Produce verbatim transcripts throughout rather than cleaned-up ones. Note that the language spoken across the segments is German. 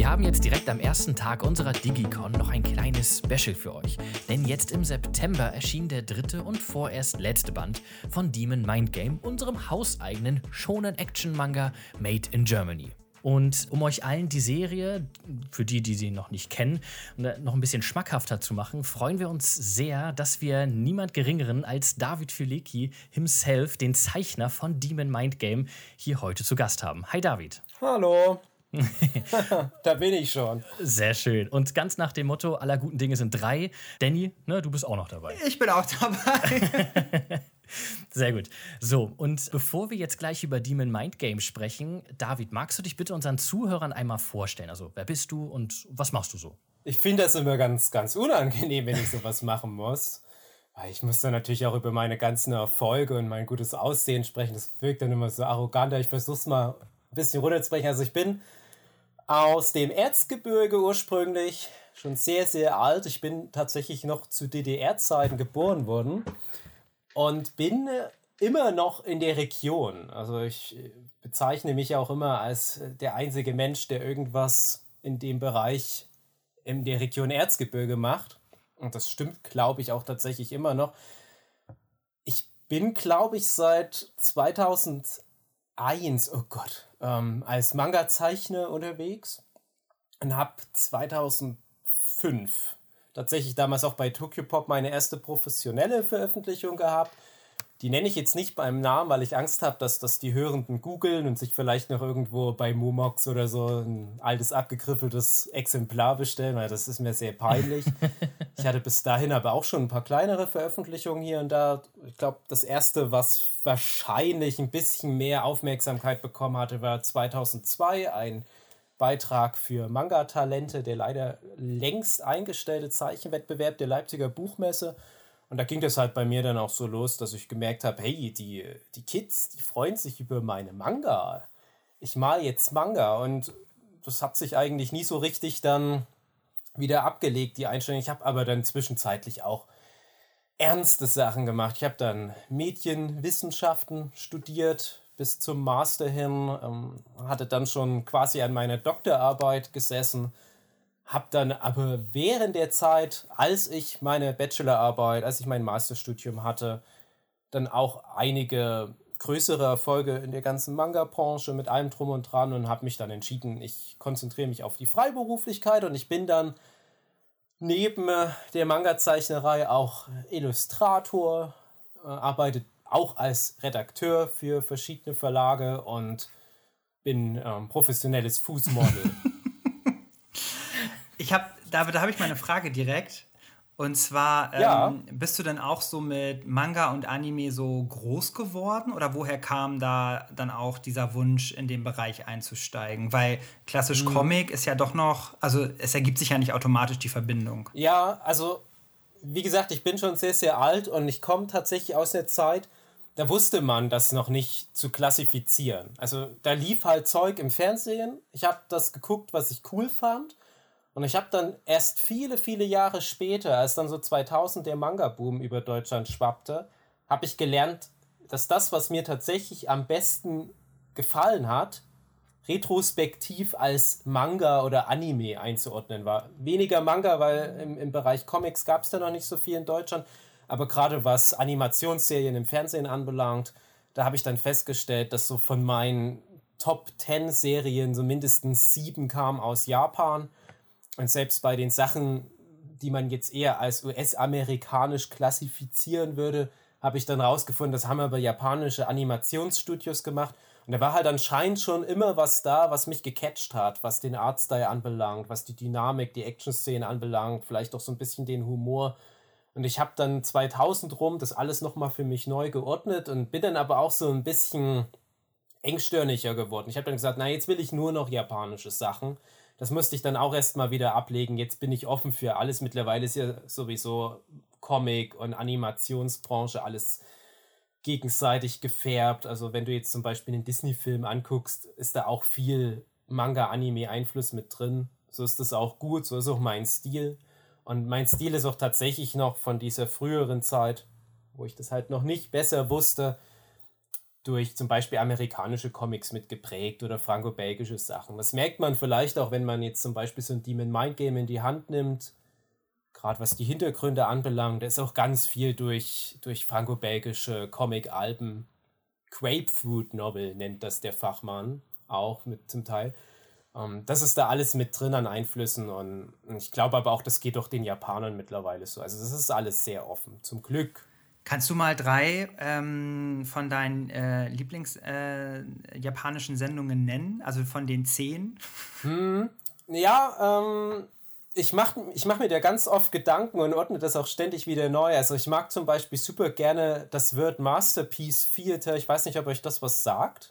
Wir haben jetzt direkt am ersten Tag unserer DigiCon noch ein kleines Special für euch. Denn jetzt im September erschien der dritte und vorerst letzte Band von Demon Mind Game, unserem hauseigenen Shonen-Action-Manga Made in Germany. Und um euch allen die Serie, für die, die sie noch nicht kennen, noch ein bisschen schmackhafter zu machen, freuen wir uns sehr, dass wir niemand Geringeren als David Filecki himself, den Zeichner von Demon Mind Game, hier heute zu Gast haben. Hi David. Hallo. Da bin ich schon. Sehr schön. Und ganz nach dem Motto, aller guten Dinge sind drei. Danny, ne, du bist auch noch dabei. Ich bin auch dabei. Sehr gut. So, und bevor wir jetzt gleich über Demon Mind Game sprechen, David, magst du dich bitte unseren Zuhörern einmal vorstellen? Also, wer bist du und was machst du so? Ich finde das immer ganz, ganz unangenehm, wenn ich sowas machen muss. Weil ich muss dann natürlich auch über meine ganzen Erfolge und mein gutes Aussehen sprechen. Das wirkt dann immer so arrogant. Ich versuche es mal ein bisschen runterzubrechen. Also ich bin aus dem Erzgebirge ursprünglich, schon sehr, sehr alt. Ich bin tatsächlich noch zu D D R-Zeiten geboren worden und bin immer noch in der Region. Also ich bezeichne mich auch immer als der einzige Mensch, der irgendwas in dem Bereich in der Region Erzgebirge macht. Und das stimmt, glaube ich, auch tatsächlich immer noch. Ich bin, glaube ich, seit zweitausendeins, oh Gott, ähm, als Manga-Zeichner unterwegs und habe zweitausendfünf tatsächlich damals auch bei Tokyopop meine erste professionelle Veröffentlichung gehabt. Die nenne ich jetzt nicht beim Namen, weil ich Angst habe, dass das die Hörenden googeln und sich vielleicht noch irgendwo bei Momox oder so ein altes, abgegriffeltes Exemplar bestellen, weil das ist mir sehr peinlich. Ich hatte bis dahin aber auch schon ein paar kleinere Veröffentlichungen hier und da. Ich glaube, das erste, was wahrscheinlich ein bisschen mehr Aufmerksamkeit bekommen hatte, war zweitausendzwei, ein Beitrag für Manga-Talente, der leider längst eingestellte Zeichenwettbewerb der Leipziger Buchmesse. Und da ging das halt bei mir dann auch so los, dass ich gemerkt habe, hey, die, die Kids, die freuen sich über meine Manga. Ich mal jetzt Manga. Und das hat sich eigentlich nie so richtig dann wieder abgelegt, die Einstellung. Ich habe aber dann zwischenzeitlich auch ernste Sachen gemacht. Ich habe dann Medienwissenschaften studiert bis zum Master hin, ähm, hatte dann schon quasi an meiner Doktorarbeit gesessen. Hab dann aber während der Zeit, als ich meine Bachelorarbeit, als ich mein Masterstudium hatte, dann auch einige größere Erfolge in der ganzen Manga-Branche mit allem Drum und Dran und habe mich dann entschieden, ich konzentriere mich auf die Freiberuflichkeit und ich bin dann neben der Manga-Zeichnerei auch Illustrator, äh, arbeite auch als Redakteur für verschiedene Verlage und bin ähm, professionelles Fußmodel. Ich habe, David, da habe ich mal eine Frage direkt. Und zwar, ähm, ja. bist du denn auch so mit Manga und Anime so groß geworden? Oder woher kam da dann auch dieser Wunsch, in den Bereich einzusteigen? Weil klassisch hm. Comic ist ja doch noch, also es ergibt sich ja nicht automatisch die Verbindung. Ja, also wie gesagt, ich bin schon sehr, sehr alt und ich komme tatsächlich aus der Zeit, da wusste man das noch nicht zu klassifizieren. Also da lief halt Zeug im Fernsehen. Ich habe das geguckt, was ich cool fand. Und ich habe dann erst viele, viele Jahre später, als dann so zweitausend der Manga-Boom über Deutschland schwappte, habe ich gelernt, dass das, was mir tatsächlich am besten gefallen hat, retrospektiv als Manga oder Anime einzuordnen war. Weniger Manga, weil im, im Bereich Comics gab es da noch nicht so viel in Deutschland, aber gerade was Animationsserien im Fernsehen anbelangt, da habe ich dann festgestellt, dass so von meinen Top zehn Serien so mindestens sieben kamen aus Japan. Und selbst bei den Sachen, die man jetzt eher als U S-amerikanisch klassifizieren würde, habe ich dann rausgefunden, das haben aber japanische Animationsstudios gemacht. Und da war halt anscheinend schon immer was da, was mich gecatcht hat, was den Artstyle anbelangt, was die Dynamik, die Action-Szene anbelangt, vielleicht auch so ein bisschen den Humor. Und ich habe dann zweitausend rum das alles nochmal für mich neu geordnet und bin dann aber auch so ein bisschen engstirniger geworden. Ich habe dann gesagt, na, jetzt will ich nur noch japanische Sachen. Das musste ich dann auch erstmal wieder ablegen. Jetzt bin ich offen für alles. Mittlerweile ist ja sowieso Comic- und Animationsbranche alles gegenseitig gefärbt. Also wenn du jetzt zum Beispiel einen Disney-Film anguckst, ist da auch viel Manga-Anime-Einfluss mit drin. So ist das auch gut, so ist auch mein Stil. Und mein Stil ist auch tatsächlich noch von dieser früheren Zeit, wo ich das halt noch nicht besser wusste, durch zum Beispiel amerikanische Comics mitgeprägt oder franco-belgische Sachen. Das merkt man vielleicht auch, wenn man jetzt zum Beispiel so ein Demon Mind Game in die Hand nimmt. Gerade was die Hintergründe anbelangt, da ist auch ganz viel durch, durch franco-belgische Comic-Alben. Grapefruit Novel nennt das der Fachmann auch mit zum Teil. Um, das ist da alles mit drin an Einflüssen und ich glaube aber auch, das geht doch den Japanern mittlerweile so. Also das ist alles sehr offen, zum Glück. Kannst du mal drei ähm, von deinen äh, Lieblings-japanischen äh, Sendungen nennen? Also von den zehn? Hm, ja, ähm, ich mache ich mach mir da ganz oft Gedanken und ordne das auch ständig wieder neu. Also ich mag zum Beispiel super gerne das Word Masterpiece Theater. Ich weiß nicht, ob euch das was sagt.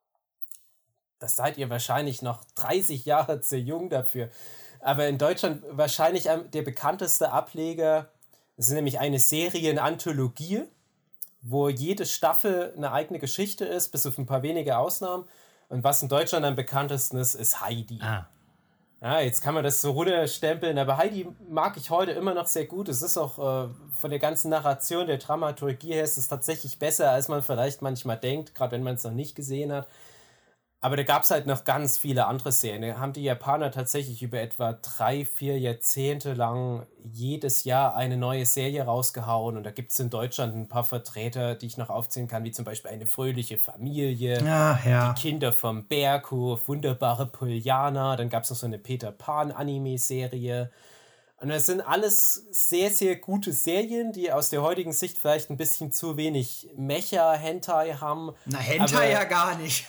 Das seid ihr wahrscheinlich noch dreißig Jahre zu jung dafür. Aber in Deutschland wahrscheinlich der bekannteste Ableger. Es ist nämlich eine Serienanthologie, wo jede Staffel eine eigene Geschichte ist, bis auf ein paar wenige Ausnahmen. Und was in Deutschland am bekanntesten ist, ist Heidi. Ah. Ja, jetzt kann man das so runterstempeln, aber Heidi mag ich heute immer noch sehr gut. Es ist auch äh, von der ganzen Narration, der Dramaturgie her, ist es tatsächlich besser, als man vielleicht manchmal denkt, gerade wenn man es noch nicht gesehen hat. Aber da gab es halt noch ganz viele andere Serien. Da haben die Japaner tatsächlich über etwa drei, vier Jahrzehnte lang jedes Jahr eine neue Serie rausgehauen. Und da gibt es in Deutschland ein paar Vertreter, die ich noch aufzählen kann, wie zum Beispiel Eine fröhliche Familie, Ach, ja. Die Kinder vom Berghof, Wunderbare Pollyanna. Dann gab es noch so eine Peter Pan-Anime-Serie. Und das sind alles sehr, sehr gute Serien, die aus der heutigen Sicht vielleicht ein bisschen zu wenig Mecha-Hentai haben. Na, Hentai ja gar nicht.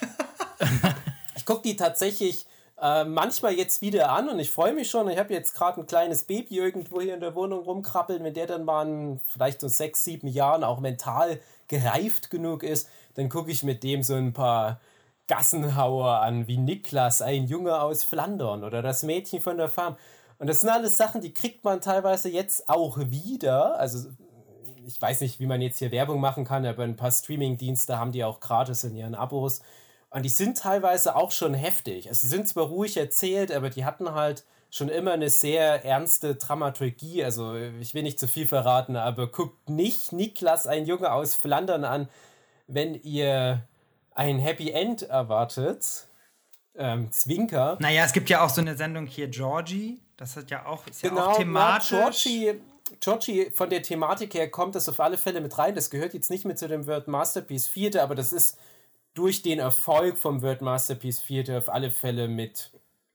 Ich gucke die tatsächlich äh, manchmal jetzt wieder an und ich freue mich schon. Ich habe jetzt gerade ein kleines Baby irgendwo hier in der Wohnung rumkrabbeln. Wenn der dann mal in vielleicht so sechs, sieben Jahren auch mental gereift genug ist, dann gucke ich mit dem so ein paar Gassenhauer an, wie Niklas, ein Junge aus Flandern oder das Mädchen von der Farm. Und das sind alles Sachen, die kriegt man teilweise jetzt auch wieder. Also ich weiß nicht, wie man jetzt hier Werbung machen kann, aber ein paar Streaming-Dienste haben die auch gratis in ihren Abos. Und die sind teilweise auch schon heftig. Also sie sind zwar ruhig erzählt, aber die hatten halt schon immer eine sehr ernste Dramaturgie. Also ich will nicht zu viel verraten, aber guckt nicht Niklas, ein Junge aus Flandern an, wenn ihr ein Happy End erwartet. Ähm, Zwinker. Naja, es gibt ja auch so eine Sendung hier, Georgie. Das hat ja auch, ist ja genau, auch thematisch. Ja, Georgie, Georgie, von der Thematik her kommt das auf alle Fälle mit rein. Das gehört jetzt nicht mit zu dem Word Masterpiece Theater, aber das ist durch den Erfolg vom Word Masterpiece Theater auf alle Fälle mit,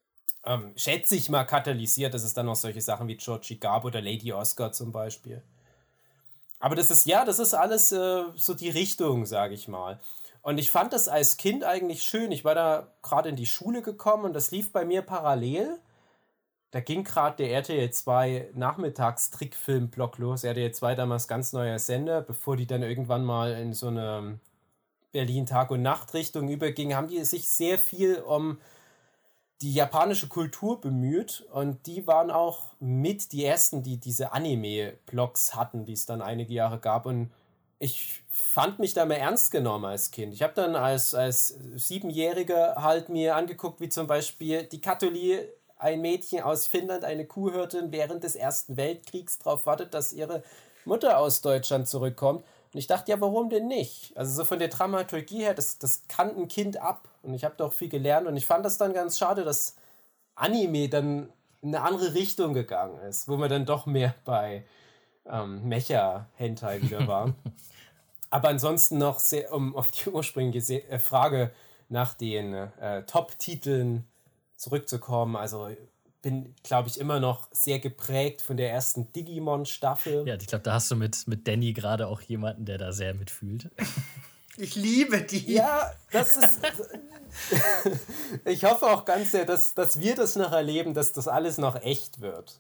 ähm, schätze ich mal, katalysiert, dass es dann noch solche Sachen wie Georgie gab oder Lady Oscar zum Beispiel. Aber das ist, ja, das ist alles äh, so die Richtung, sage ich mal. Und ich fand das als Kind eigentlich schön. Ich war da gerade in die Schule gekommen und das lief bei mir parallel. Da ging gerade der R T L zwei Nachmittags-Trickfilm-Block los. R T L zwei damals ganz neuer Sender, bevor die dann irgendwann mal in so eine Berlin Tag- und Nacht-Richtung überging, haben die sich sehr viel um die japanische Kultur bemüht und die waren auch mit die ersten, die diese Anime-Blogs hatten, die es dann einige Jahre gab und ich fand mich da mehr ernst genommen als Kind. Ich habe dann als, als Siebenjähriger halt mir angeguckt, wie zum Beispiel die Katholi, ein Mädchen aus Finnland, eine Kuhhirtin während des Ersten Weltkriegs darauf wartet, dass ihre Mutter aus Deutschland zurückkommt. Und ich dachte, ja, warum denn nicht? Also so von der Dramaturgie her, das, das kann ein Kind ab. Und ich habe da auch viel gelernt. Und ich fand das dann ganz schade, dass Anime dann in eine andere Richtung gegangen ist, wo man dann doch mehr bei ähm, Mecha-Hentai wieder war. Aber ansonsten noch, sehr, um auf die ursprüngliche Se- äh, Frage nach den äh, Top-Titeln zurückzukommen, also bin, glaube ich, immer noch sehr geprägt von der ersten Digimon-Staffel. Ja, ich glaube, da hast du mit, mit Danny gerade auch jemanden, der da sehr mitfühlt. Ich liebe die. Ja, das ist... Ich hoffe auch ganz sehr, dass, dass wir das noch erleben, dass das alles noch echt wird.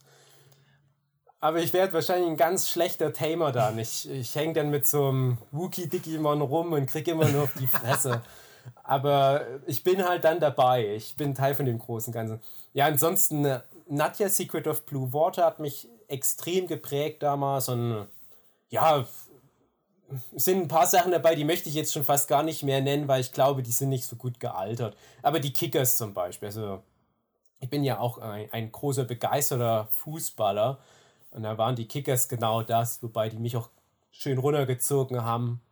Aber ich werde wahrscheinlich ein ganz schlechter Tamer dann. Ich, ich hänge dann mit so einem Wookie-Digimon rum und kriege immer nur auf die Fresse. Aber ich bin halt dann dabei. Ich bin Teil von dem großen Ganzen. Ja, ansonsten, Nadja Secret of Blue Water hat mich extrem geprägt damals. Und ja, es sind ein paar Sachen dabei, die möchte ich jetzt schon fast gar nicht mehr nennen, weil ich glaube, die sind nicht so gut gealtert. Aber die Kickers zum Beispiel. Also, ich bin ja auch ein, ein großer, begeisterter Fußballer. Und da waren die Kickers genau das, wobei die mich auch schön runtergezogen haben.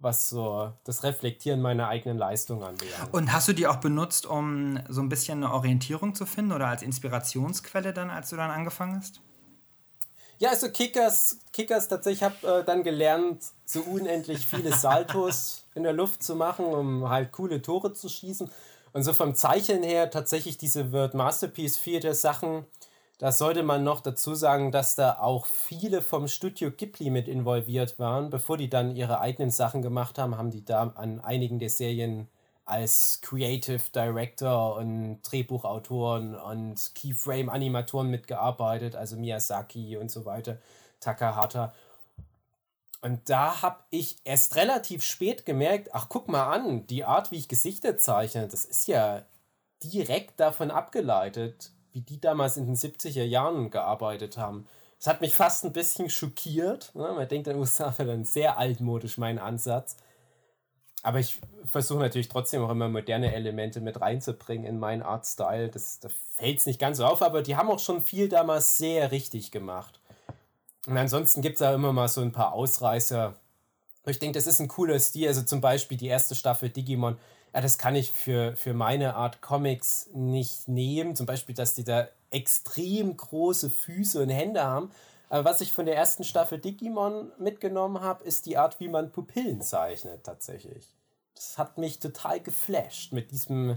was so das Reflektieren meiner eigenen Leistung anbelangt. Und hast du die auch benutzt, um so ein bisschen eine Orientierung zu finden oder als Inspirationsquelle dann, als du dann angefangen hast? Ja, also Kickers, Kickers tatsächlich, ich habe äh, dann gelernt, so unendlich viele Saltos in der Luft zu machen, um halt coole Tore zu schießen. Und so vom Zeichnen her tatsächlich diese World Masterpiece Theater Sachen, da sollte man noch dazu sagen, dass da auch viele vom Studio Ghibli mit involviert waren. Bevor die dann ihre eigenen Sachen gemacht haben, haben die da an einigen der Serien als Creative Director und Drehbuchautoren und Keyframe-Animatoren mitgearbeitet, also Miyazaki und so weiter, Takahata. Und da habe ich erst relativ spät gemerkt, ach guck mal an, die Art, wie ich Gesichter zeichne, das ist ja direkt davon abgeleitet, wie die damals in den siebziger Jahren gearbeitet haben. Das hat mich fast ein bisschen schockiert. Ne? Man denkt, das war dann sehr altmodisch, mein Ansatz. Aber ich versuche natürlich trotzdem auch immer moderne Elemente mit reinzubringen in meinen Artstyle. Das, da fällt es nicht ganz so auf, aber die haben auch schon viel damals sehr richtig gemacht. Und ansonsten gibt es da immer mal so ein paar Ausreißer. Ich denke, das ist ein cooler Stil. Also zum Beispiel die erste Staffel Digimon. Ja, das kann ich für, für meine Art Comics nicht nehmen. Zum Beispiel, dass die da extrem große Füße und Hände haben. Aber was ich von der ersten Staffel Digimon mitgenommen habe, ist die Art, wie man Pupillen zeichnet tatsächlich. Das hat mich total geflasht mit diesem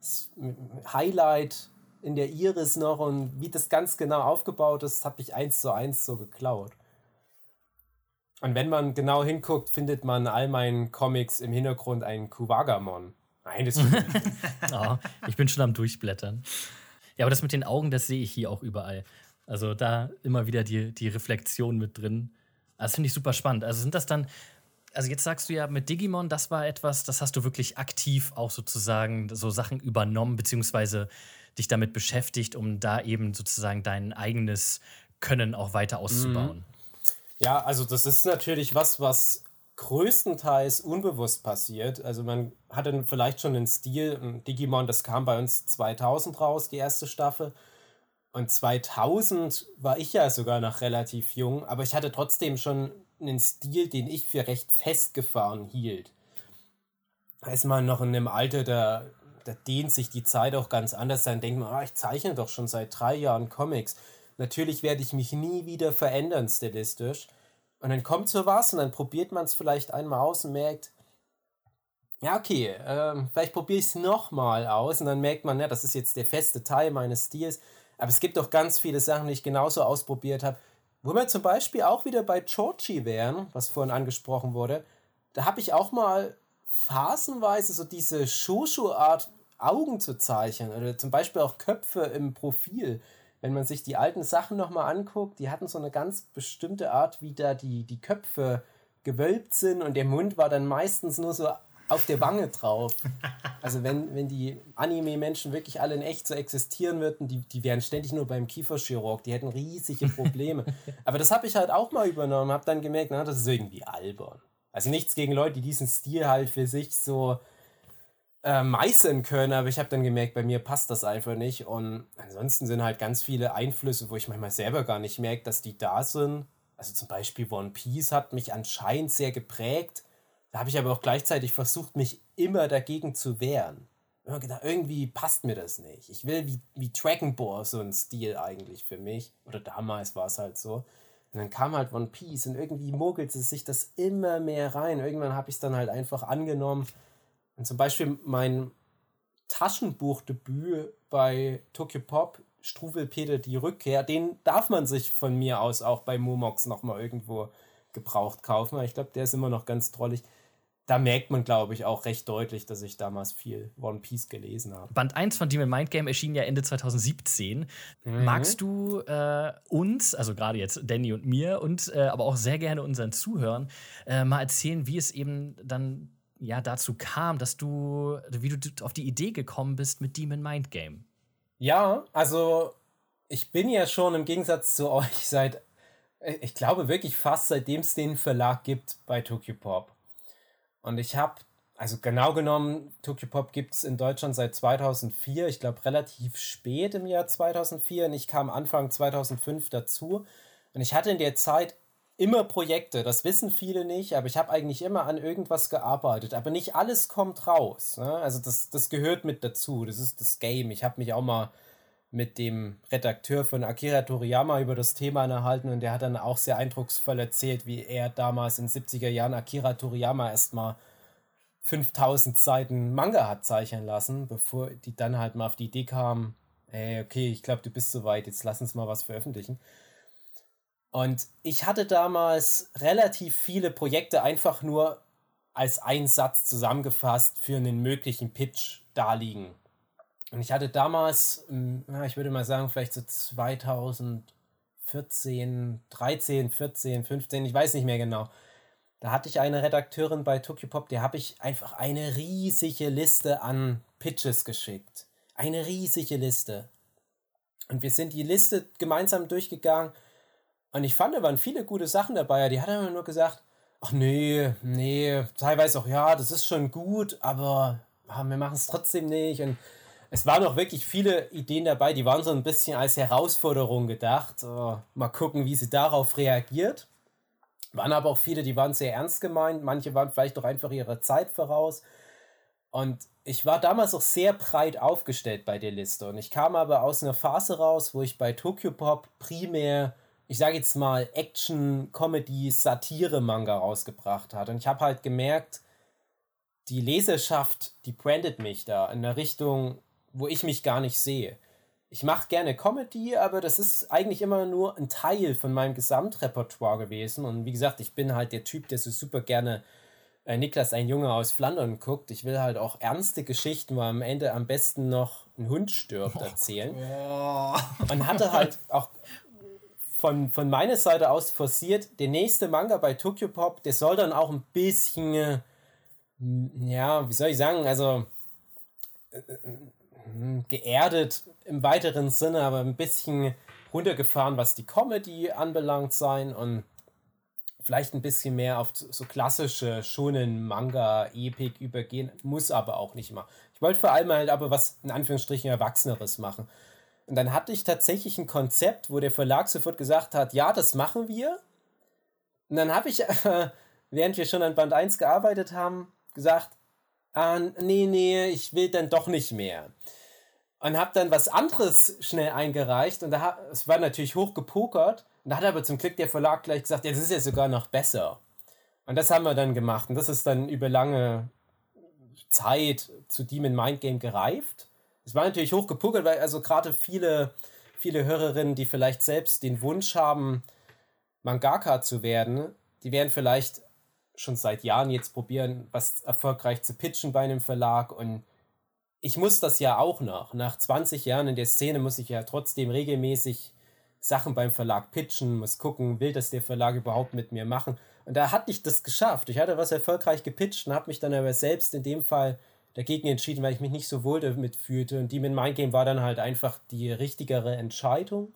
Highlight in der Iris noch und wie das ganz genau aufgebaut ist, habe ich eins zu eins so geklaut. Und wenn man genau hinguckt, findet man in all meinen Comics im Hintergrund einen Kuwagamon. Nein, das ist nicht. Oh, ich bin schon am Durchblättern. Ja, aber das mit den Augen, das sehe ich hier auch überall. Also da immer wieder die, die Reflexion mit drin. Das finde ich super spannend. Also sind das dann, also jetzt sagst du ja mit Digimon, das war etwas, das hast du wirklich aktiv auch sozusagen so Sachen übernommen, beziehungsweise dich damit beschäftigt, um da eben sozusagen dein eigenes Können auch weiter auszubauen. Ja, also das ist natürlich was, was größtenteils unbewusst passiert. Also man hatte vielleicht schon einen Stil, Digimon, das kam bei uns zweitausend raus, die erste Staffel. Und zweitausend war ich ja sogar noch relativ jung, aber ich hatte trotzdem schon einen Stil, den ich für recht festgefahren hielt. Da ist man noch in einem Alter, da, da dehnt sich die Zeit auch ganz anders. Dann denkt man, ah, ich zeichne doch schon seit drei Jahren Comics. Natürlich werde ich mich nie wieder verändern stilistisch. Und dann kommt so was und dann probiert man es vielleicht einmal aus und merkt, ja okay, äh, vielleicht probiere ich es nochmal aus und dann merkt man, ja, das ist jetzt der feste Teil meines Stils. Aber es gibt auch ganz viele Sachen, die ich genauso ausprobiert habe, wo wir zum Beispiel auch wieder bei Choji wären, was vorhin angesprochen wurde. Da habe ich auch mal phasenweise so diese Shoshu-Art Augen zu zeichnen oder zum Beispiel auch Köpfe im Profil. Wenn man sich die alten Sachen nochmal anguckt, die hatten so eine ganz bestimmte Art, wie da die, die Köpfe gewölbt sind und der Mund war dann meistens nur so auf der Wange drauf. Also wenn, wenn die Anime-Menschen wirklich alle in echt so existieren würden, die, die wären ständig nur beim Kieferchirurg, die hätten riesige Probleme. Aber das habe ich halt auch mal übernommen, habe dann gemerkt, na, das ist irgendwie albern. Also nichts gegen Leute, die diesen Stil halt für sich so äh, meißeln können, aber ich habe dann gemerkt, bei mir passt das einfach nicht. Und ansonsten sind halt ganz viele Einflüsse, wo ich manchmal selber gar nicht merke, dass die da sind. Also zum Beispiel One Piece hat mich anscheinend sehr geprägt. Da habe ich aber auch gleichzeitig versucht, mich immer dagegen zu wehren. Ich habe gedacht, irgendwie passt mir das nicht. Ich will wie, wie Dragon Ball so ein Stil eigentlich für mich. Oder damals war es halt so. Und dann kam halt One Piece und irgendwie mogelte sich das immer mehr rein. Irgendwann habe ich es dann halt einfach angenommen. Und zum Beispiel mein Taschenbuchdebüt bei Tokyopop, Struwwelpeter die Rückkehr, den darf man sich von mir aus auch bei Momox nochmal irgendwo gebraucht kaufen. Ich glaube, der ist immer noch ganz drollig. Da merkt man, glaube ich, auch recht deutlich, dass ich damals viel One Piece gelesen habe. Band eins von Demon Mind Game erschien ja Ende zweitausendsiebzehn. Mhm. Magst du äh, uns, also gerade jetzt Danny und mir, und äh, aber auch sehr gerne unseren Zuhörern, äh, mal erzählen, wie es eben dann ja dazu kam, dass du, wie du auf die Idee gekommen bist mit Demon Mind Game? Ja, also ich bin ja schon im Gegensatz zu euch seit, ich glaube wirklich fast seitdem es den Verlag gibt bei Tokyopop. Und ich habe, also genau genommen, Tokyopop gibt es in Deutschland seit zweitausendvier, ich glaube relativ spät im Jahr zweitausendvier und ich kam Anfang zweitausendfünf dazu. Und ich hatte in der Zeit immer Projekte, das wissen viele nicht, aber ich habe eigentlich immer an irgendwas gearbeitet, aber nicht alles kommt raus. Ne? Also das, das gehört mit dazu, das ist das Game. Ich habe mich auch mal mit dem Redakteur von Akira Toriyama über das Thema unterhalten und der hat dann auch sehr eindrucksvoll erzählt, wie er damals in den siebziger Jahren Akira Toriyama erstmal fünftausend Seiten Manga hat zeichnen lassen, bevor die dann halt mal auf die Idee kamen, ey, okay, ich glaube, du bist soweit, jetzt lass uns mal was veröffentlichen. Und ich hatte damals relativ viele Projekte einfach nur als einen Satz zusammengefasst für einen möglichen Pitch da liegen. Und ich hatte damals, ich würde mal sagen, vielleicht so zweitausendvierzehn, dreizehn, vierzehn, fünfzehn, ich weiß nicht mehr genau. Da hatte ich eine Redakteurin bei Tokyopop, der habe ich einfach eine riesige Liste an Pitches geschickt. Eine riesige Liste. Und wir sind die Liste gemeinsam durchgegangen. Und ich fand, da waren viele gute Sachen dabei. Die hat immer nur gesagt, ach nee, nee, teilweise auch, ja, das ist schon gut, aber ach, wir machen es trotzdem nicht. Und es waren auch wirklich viele Ideen dabei, die waren so ein bisschen als Herausforderung gedacht. So, mal gucken, wie sie darauf reagiert. Waren aber auch viele, die waren sehr ernst gemeint. Manche waren vielleicht doch einfach ihrer Zeit voraus. Und ich war damals auch sehr breit aufgestellt bei der Liste. Und ich kam aber aus einer Phase raus, wo ich bei Tokyopop primär, ich sage jetzt mal, Action, Comedy, Satire-Manga rausgebracht hat. Und ich habe halt gemerkt, die Leserschaft, die brandet mich da in eine Richtung, wo ich mich gar nicht sehe. Ich mache gerne Comedy, aber das ist eigentlich immer nur ein Teil von meinem Gesamtrepertoire gewesen. Und wie gesagt, ich bin halt der Typ, der so super gerne äh, Niklas, ein Junge aus Flandern, guckt. Ich will halt auch ernste Geschichten, wo am Ende am besten noch ein Hund stirbt, erzählen. Oh. Und hatte halt auch von, von meiner Seite aus forciert, der nächste Manga bei Tokyopop, der soll dann auch ein bisschen, äh, ja, wie soll ich sagen, also äh, geerdet im weiteren Sinne, aber ein bisschen runtergefahren, was die Comedy anbelangt sein und vielleicht ein bisschen mehr auf so klassische schonen Manga-Epik übergehen, muss aber auch nicht mal. Ich wollte vor allem halt aber was in Anführungsstrichen Erwachseneres machen. Und dann hatte ich tatsächlich ein Konzept, wo der Verlag sofort gesagt hat, ja, das machen wir. Und dann habe ich, äh, während wir schon an Band eins gearbeitet haben, gesagt, ah, nee, nee, ich will dann doch nicht mehr. Und habe dann was anderes schnell eingereicht und da, es war natürlich hoch gepokert. Und da hat aber zum Glück der Verlag gleich gesagt, ja, das ist ja sogar noch besser. Und das haben wir dann gemacht. Und das ist dann über lange Zeit zu Demon Mind Game gereift. Es war natürlich hoch gepokert, weil also gerade viele, viele Hörerinnen, die vielleicht selbst den Wunsch haben, Mangaka zu werden, die werden vielleicht schon seit Jahren jetzt probieren, was erfolgreich zu pitchen bei einem Verlag. Und ich muss das ja auch noch. Nach zwanzig Jahren in der Szene muss ich ja trotzdem regelmäßig Sachen beim Verlag pitchen, muss gucken, will das der Verlag überhaupt mit mir machen. Und da hatte ich das geschafft. Ich hatte was erfolgreich gepitcht und habe mich dann aber selbst in dem Fall dagegen entschieden, weil ich mich nicht so wohl damit fühlte. Und Demon Mind Game war dann halt einfach die richtigere Entscheidung.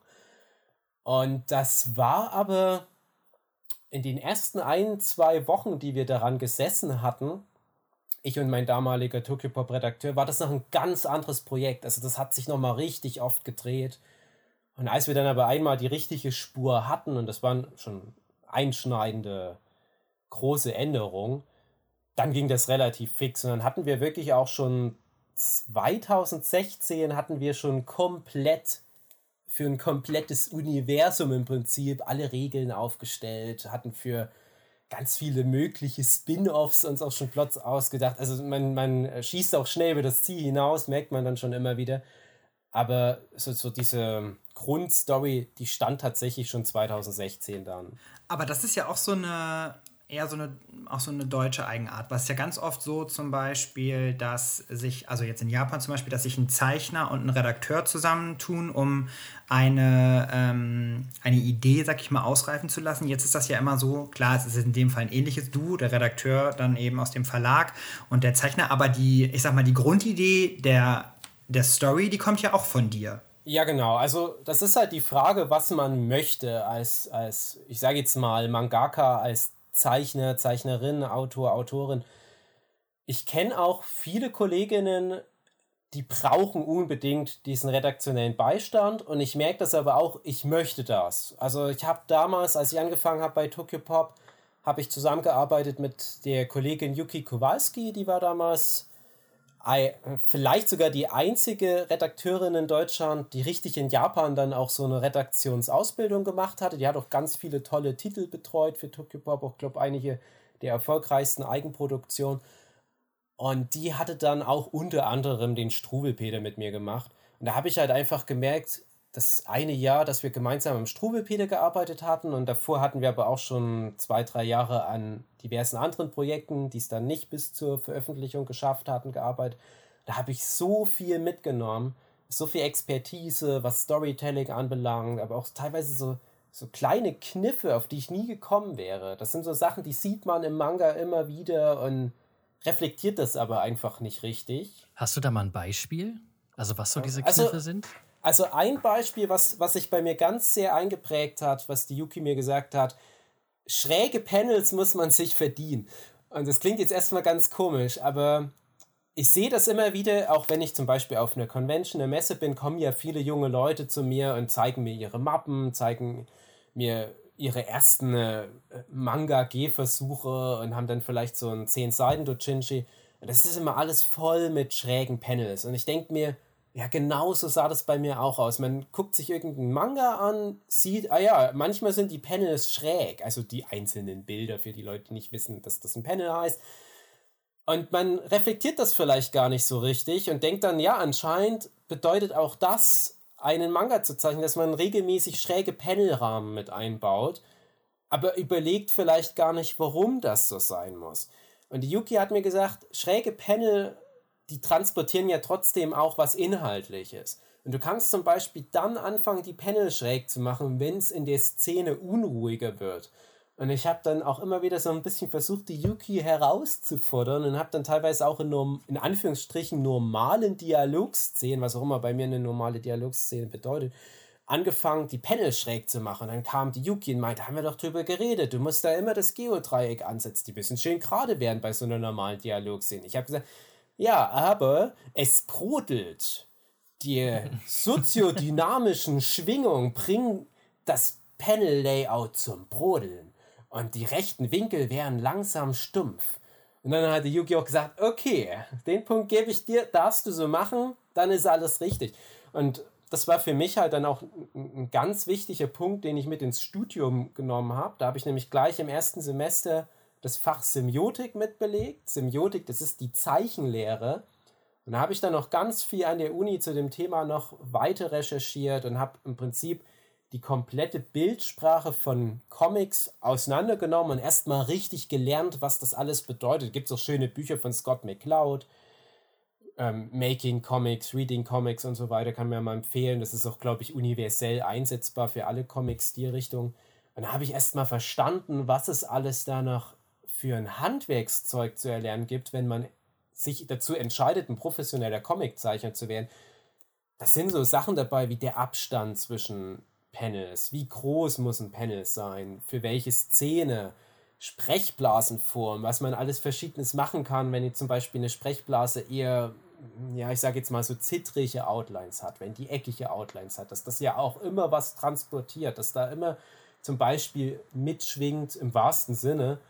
Und das war aber in den ersten ein, zwei Wochen, die wir daran gesessen hatten, ich und mein damaliger Tokyopop-Redakteur, war das noch ein ganz anderes Projekt. Also das hat sich nochmal richtig oft gedreht. Und als wir dann aber einmal die richtige Spur hatten, und das waren schon einschneidende, große Änderungen, dann ging das relativ fix. Und dann hatten wir wirklich auch schon zweitausendsechzehn hatten wir schon komplett für ein komplettes Universum im Prinzip alle Regeln aufgestellt, hatten für ganz viele mögliche Spin-Offs uns auch schon Plots ausgedacht. Also man, man schießt auch schnell über das Ziel hinaus, merkt man dann schon immer wieder. Aber so, so diese Grundstory, die stand tatsächlich schon zweitausendsechzehn dann. Aber das ist ja auch so eine, eher so eine, auch so eine deutsche Eigenart. Was ja ganz oft so zum Beispiel, dass sich, also jetzt in Japan zum Beispiel, dass sich ein Zeichner und ein Redakteur zusammentun, um eine, ähm, eine Idee, sag ich mal, ausreifen zu lassen. Jetzt ist das ja immer so, klar, es ist in dem Fall ein ähnliches Duo, der Redakteur dann eben aus dem Verlag und der Zeichner, aber die, ich sag mal, die Grundidee der, der Story, die kommt ja auch von dir. Ja, genau. Also das ist halt die Frage, was man möchte als, als ich sage jetzt mal, Mangaka, als Zeichner, Zeichnerin, Autor, Autorin. Ich kenne auch viele Kolleginnen, die brauchen unbedingt diesen redaktionellen Beistand und ich merke das aber auch, ich möchte das. Also ich habe damals, als ich angefangen habe bei Tokyopop, habe ich zusammengearbeitet mit der Kollegin Yuki Kowalski, die war damals I, vielleicht sogar die einzige Redakteurin in Deutschland, die richtig in Japan dann auch so eine Redaktionsausbildung gemacht hatte. Die hat auch ganz viele tolle Titel betreut für Tokyopop, auch glaube einige der erfolgreichsten Eigenproduktionen. Und die hatte dann auch unter anderem den Struwwelpeter mit mir gemacht. Und da habe ich halt einfach gemerkt, das eine Jahr, dass wir gemeinsam am Struwwelpeter gearbeitet hatten und davor hatten wir aber auch schon zwei, drei Jahre an diversen anderen Projekten, die es dann nicht bis zur Veröffentlichung geschafft hatten, gearbeitet. Da habe ich so viel mitgenommen, so viel Expertise, was Storytelling anbelangt, aber auch teilweise so, so kleine Kniffe, auf die ich nie gekommen wäre. Das sind so Sachen, die sieht man im Manga immer wieder und reflektiert das aber einfach nicht richtig. Hast du da mal ein Beispiel? Also was so diese Also, Kniffe sind? Also ein Beispiel, was, was sich bei mir ganz sehr eingeprägt hat, was die Yuki mir gesagt hat, schräge Panels muss man sich verdienen. Und das klingt jetzt erstmal ganz komisch, aber ich sehe das immer wieder, auch wenn ich zum Beispiel auf einer Convention, einer Messe bin, kommen ja viele junge Leute zu mir und zeigen mir ihre Mappen, zeigen mir ihre ersten äh, Manga-Gehversuche und haben dann vielleicht so ein zehn Seiten Doujinshi. Und das ist immer alles voll mit schrägen Panels. Und ich denke mir, ja, genau so sah das bei mir auch aus. Man guckt sich irgendeinen Manga an, sieht, ah ja, manchmal sind die Panels schräg, also die einzelnen Bilder für die Leute, die nicht wissen, dass das ein Panel heißt. Und man reflektiert das vielleicht gar nicht so richtig und denkt dann, ja, anscheinend bedeutet auch das, einen Manga zu zeichnen, dass man regelmäßig schräge Panelrahmen mit einbaut, aber überlegt vielleicht gar nicht, warum das so sein muss. Und die Yuki hat mir gesagt, schräge Panel, die transportieren ja trotzdem auch was Inhaltliches. Und du kannst zum Beispiel dann anfangen, die Panel schräg zu machen, wenn es in der Szene unruhiger wird. Und ich habe dann auch immer wieder so ein bisschen versucht, die Yuki herauszufordern und habe dann teilweise auch in, norm- in Anführungsstrichen normalen Dialogszenen, was auch immer bei mir eine normale Dialogszene bedeutet, angefangen, die Panel schräg zu machen. Und dann kam die Yuki und meinte, haben wir doch drüber geredet, du musst da immer das Geodreieck ansetzen, die müssen schön gerade werden bei so einer normalen Dialogszene. Ich habe gesagt, ja, aber es brodelt. Die soziodynamischen Schwingungen bringen das Panel-Layout zum Brodeln. Und die rechten Winkel wären langsam stumpf. Und dann hat die Yuki auch gesagt, okay, den Punkt gebe ich dir, darfst du so machen, dann ist alles richtig. Und das war für mich halt dann auch ein ganz wichtiger Punkt, den ich mit ins Studium genommen habe. Da habe ich nämlich gleich im ersten Semester das Fach Semiotik mitbelegt. Semiotik, das ist die Zeichenlehre. Und da habe ich dann noch ganz viel an der Uni zu dem Thema noch weiter recherchiert und habe im Prinzip die komplette Bildsprache von Comics auseinandergenommen und erstmal richtig gelernt, was das alles bedeutet. Es gibt auch schöne Bücher von Scott McCloud, ähm, Making Comics, Reading Comics und so weiter, kann man ja mal empfehlen. Das ist auch, glaube ich, universell einsetzbar für alle Comic-Stilrichtungen. Und da habe ich erstmal verstanden, was es alles da noch für ein Handwerkszeug zu erlernen gibt, wenn man sich dazu entscheidet, ein professioneller Comiczeichner zu werden. Das sind so Sachen dabei wie der Abstand zwischen Panels, wie groß muss ein Panel sein, für welche Szene, Sprechblasenform, was man alles Verschiedenes machen kann, wenn ihr zum Beispiel eine Sprechblase eher, ja, ich sage jetzt mal so zittrige Outlines hat, wenn die eckige Outlines hat, dass das ja auch immer was transportiert, dass da immer zum Beispiel mitschwingt im wahrsten Sinne,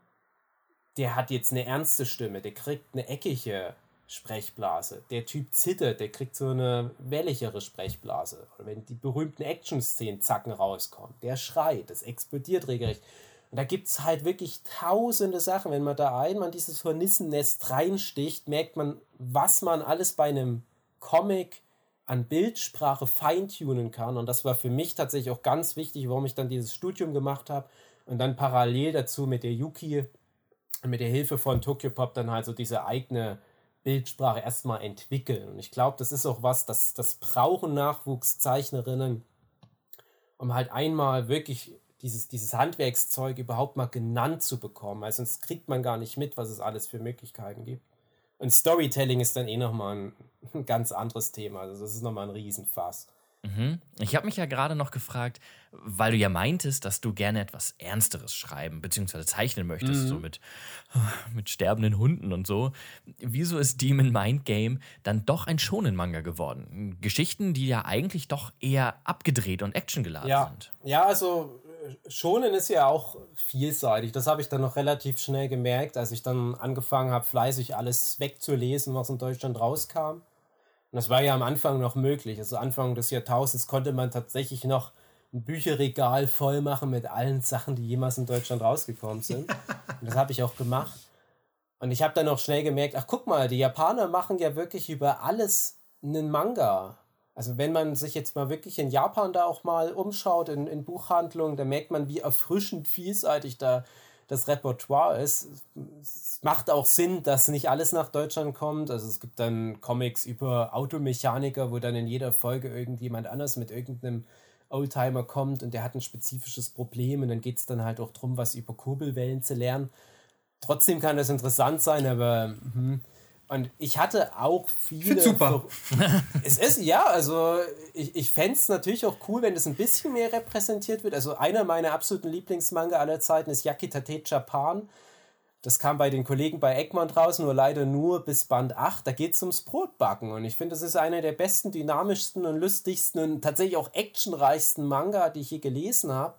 der hat jetzt eine ernste Stimme, der kriegt eine eckige Sprechblase. Der Typ zittert, der kriegt so eine welligere Sprechblase. Oder wenn die berühmten Action-Szenen zacken rauskommen, der schreit, das explodiert regelrecht. Und da gibt es halt wirklich tausende Sachen. Wenn man da einmal in dieses Hornissennest reinsticht, merkt man, was man alles bei einem Comic an Bildsprache feintunen kann. Und das war für mich tatsächlich auch ganz wichtig, warum ich dann dieses Studium gemacht habe. Und dann parallel dazu mit der Yuki, mit der Hilfe von Tokyopop dann halt so diese eigene Bildsprache erstmal entwickeln. Und ich glaube, das ist auch was, das, das brauchen Nachwuchszeichnerinnen, um halt einmal wirklich dieses, dieses Handwerkszeug überhaupt mal genannt zu bekommen, weil sonst kriegt man gar nicht mit, was es alles für Möglichkeiten gibt. Und Storytelling ist dann eh nochmal ein, ein ganz anderes Thema. Also das ist nochmal ein Riesenfass. Mhm. Ich habe mich ja gerade noch gefragt, weil du ja meintest, dass du gerne etwas Ernsteres schreiben bzw. zeichnen möchtest, so Mhm. mit, mit sterbenden Hunden und so. Wieso ist Demon Mind Game dann doch ein Shonen-Manga geworden? Geschichten, die ja eigentlich doch eher abgedreht und actiongeladen Ja, sind. ja, also äh, Shonen ist ja auch vielseitig. Das habe ich dann noch relativ schnell gemerkt, als ich dann angefangen habe, fleißig alles wegzulesen, was in Deutschland rauskam. Und das war ja am Anfang noch möglich. Also Anfang des Jahrtausends konnte man tatsächlich noch ein Bücherregal voll machen mit allen Sachen, die jemals in Deutschland rausgekommen sind. Und das habe ich auch gemacht. Und ich habe dann auch schnell gemerkt, ach guck mal, die Japaner machen ja wirklich über alles einen Manga. Also wenn man sich jetzt mal wirklich in Japan da auch mal umschaut, in, in Buchhandlungen, da merkt man, wie erfrischend vielseitig da das Repertoire ist. Es macht auch Sinn, dass nicht alles nach Deutschland kommt. Also es gibt dann Comics über Automechaniker, wo dann in jeder Folge irgendjemand anders mit irgendeinem Oldtimer kommt und der hat ein spezifisches Problem und dann geht es dann halt auch darum, was über Kurbelwellen zu lernen. Trotzdem kann das interessant sein, aber mhm. Und ich hatte auch viele. Super. Ver- es ist, ja, also ich, ich fände es natürlich auch cool, wenn das ein bisschen mehr repräsentiert wird. Also einer meiner absoluten Lieblingsmanga aller Zeiten ist Yakitate Japan. Das kam bei den Kollegen bei Egmont raus, nur leider nur bis Band acht. Da geht es ums Brotbacken. Und ich finde, das ist einer der besten, dynamischsten und lustigsten und tatsächlich auch actionreichsten Manga, die ich je gelesen habe.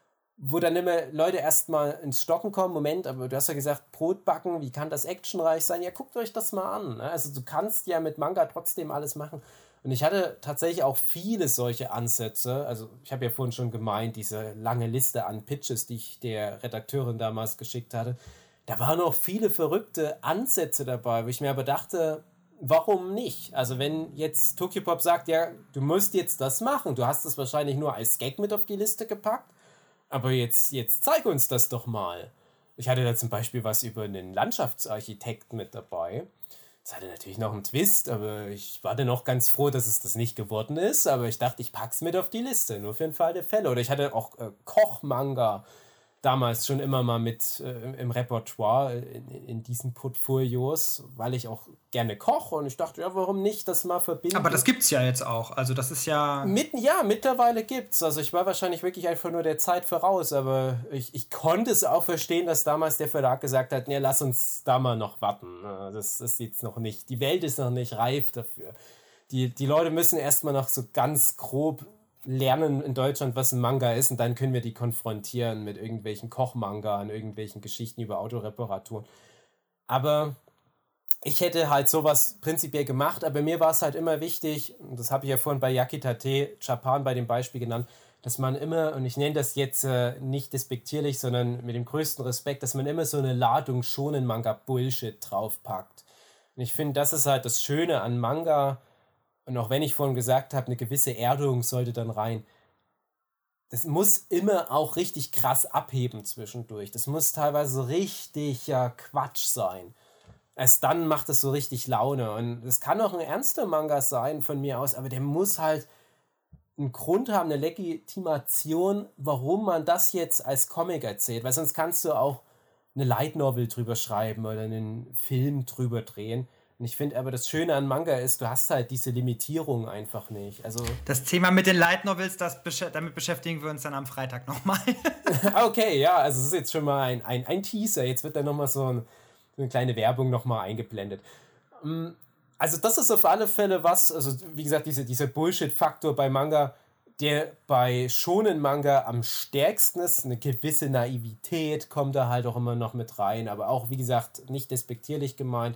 Wo dann immer Leute erstmal ins Stocken kommen. Moment, aber du hast ja gesagt, Brotbacken, wie kann das actionreich sein? Ja, guckt euch das mal an. Ne? Also du kannst ja mit Manga trotzdem alles machen. Und ich hatte tatsächlich auch viele solche Ansätze. Also ich habe ja vorhin schon gemeint, diese lange Liste an Pitches, die ich der Redakteurin damals geschickt hatte. Da waren auch viele verrückte Ansätze dabei, wo ich mir aber dachte, warum nicht? Also wenn jetzt Tokyopop sagt, ja, du musst jetzt das machen, du hast es wahrscheinlich nur als Gag mit auf die Liste gepackt, aber jetzt, jetzt zeig uns das doch mal. Ich hatte da zum Beispiel was über einen Landschaftsarchitekt mit dabei. Das hatte natürlich noch einen Twist, aber ich war dann auch ganz froh, dass es das nicht geworden ist. Aber ich dachte, ich pack's mit auf die Liste, nur für den Fall der Fälle. Oder ich hatte auch äh, Kochmanga damals schon immer mal mit äh, im Repertoire in, in diesen Portfolios, weil ich auch gerne koche und ich dachte, ja, warum nicht das mal verbinden? Aber das gibt's ja jetzt auch. Also das ist ja. Mit, ja, mittlerweile gibt's. Also ich war wahrscheinlich wirklich einfach nur der Zeit voraus, aber ich, ich konnte es auch verstehen, dass damals der Verlag gesagt hat, nee, lass uns da mal noch warten. Das ist jetzt noch nicht, die Welt ist noch nicht reif dafür. Die, die Leute müssen erstmal noch so ganz grob lernen in Deutschland, was ein Manga ist und dann können wir die konfrontieren mit irgendwelchen Kochmanga und irgendwelchen Geschichten über Autoreparaturen. Aber ich hätte halt sowas prinzipiell gemacht, aber mir war es halt immer wichtig, und das habe ich ja vorhin bei Yakitate Japan bei dem Beispiel genannt, dass man immer, und ich nenne das jetzt äh, nicht despektierlich, sondern mit dem größten Respekt, dass man immer so eine Ladung schonen Manga-Bullshit draufpackt. Und ich finde, das ist halt das Schöne an Manga, und auch wenn ich vorhin gesagt habe, eine gewisse Erdung sollte dann rein, das muss immer auch richtig krass abheben zwischendurch. Das muss teilweise richtig ja, Quatsch sein. Erst dann macht es so richtig Laune. Und es kann auch ein ernster Manga sein von mir aus, aber der muss halt einen Grund haben, eine Legitimation, warum man das jetzt als Comic erzählt. Weil sonst kannst du auch eine Light Novel drüber schreiben oder einen Film drüber drehen. Und ich finde aber, das Schöne an Manga ist, du hast halt diese Limitierung einfach nicht. Also Das Thema mit den Light Novels, das besch- damit beschäftigen wir uns dann am Freitag nochmal. okay, ja, also es ist jetzt schon mal ein, ein, ein Teaser. Jetzt wird dann nochmal so, ein, so eine kleine Werbung nochmal eingeblendet. Also das ist auf alle Fälle was, also wie gesagt, diese, dieser Bullshit-Faktor bei Manga, der bei Shonen-Manga am stärksten ist. Eine gewisse Naivität kommt da halt auch immer noch mit rein, aber auch, wie gesagt, nicht despektierlich gemeint.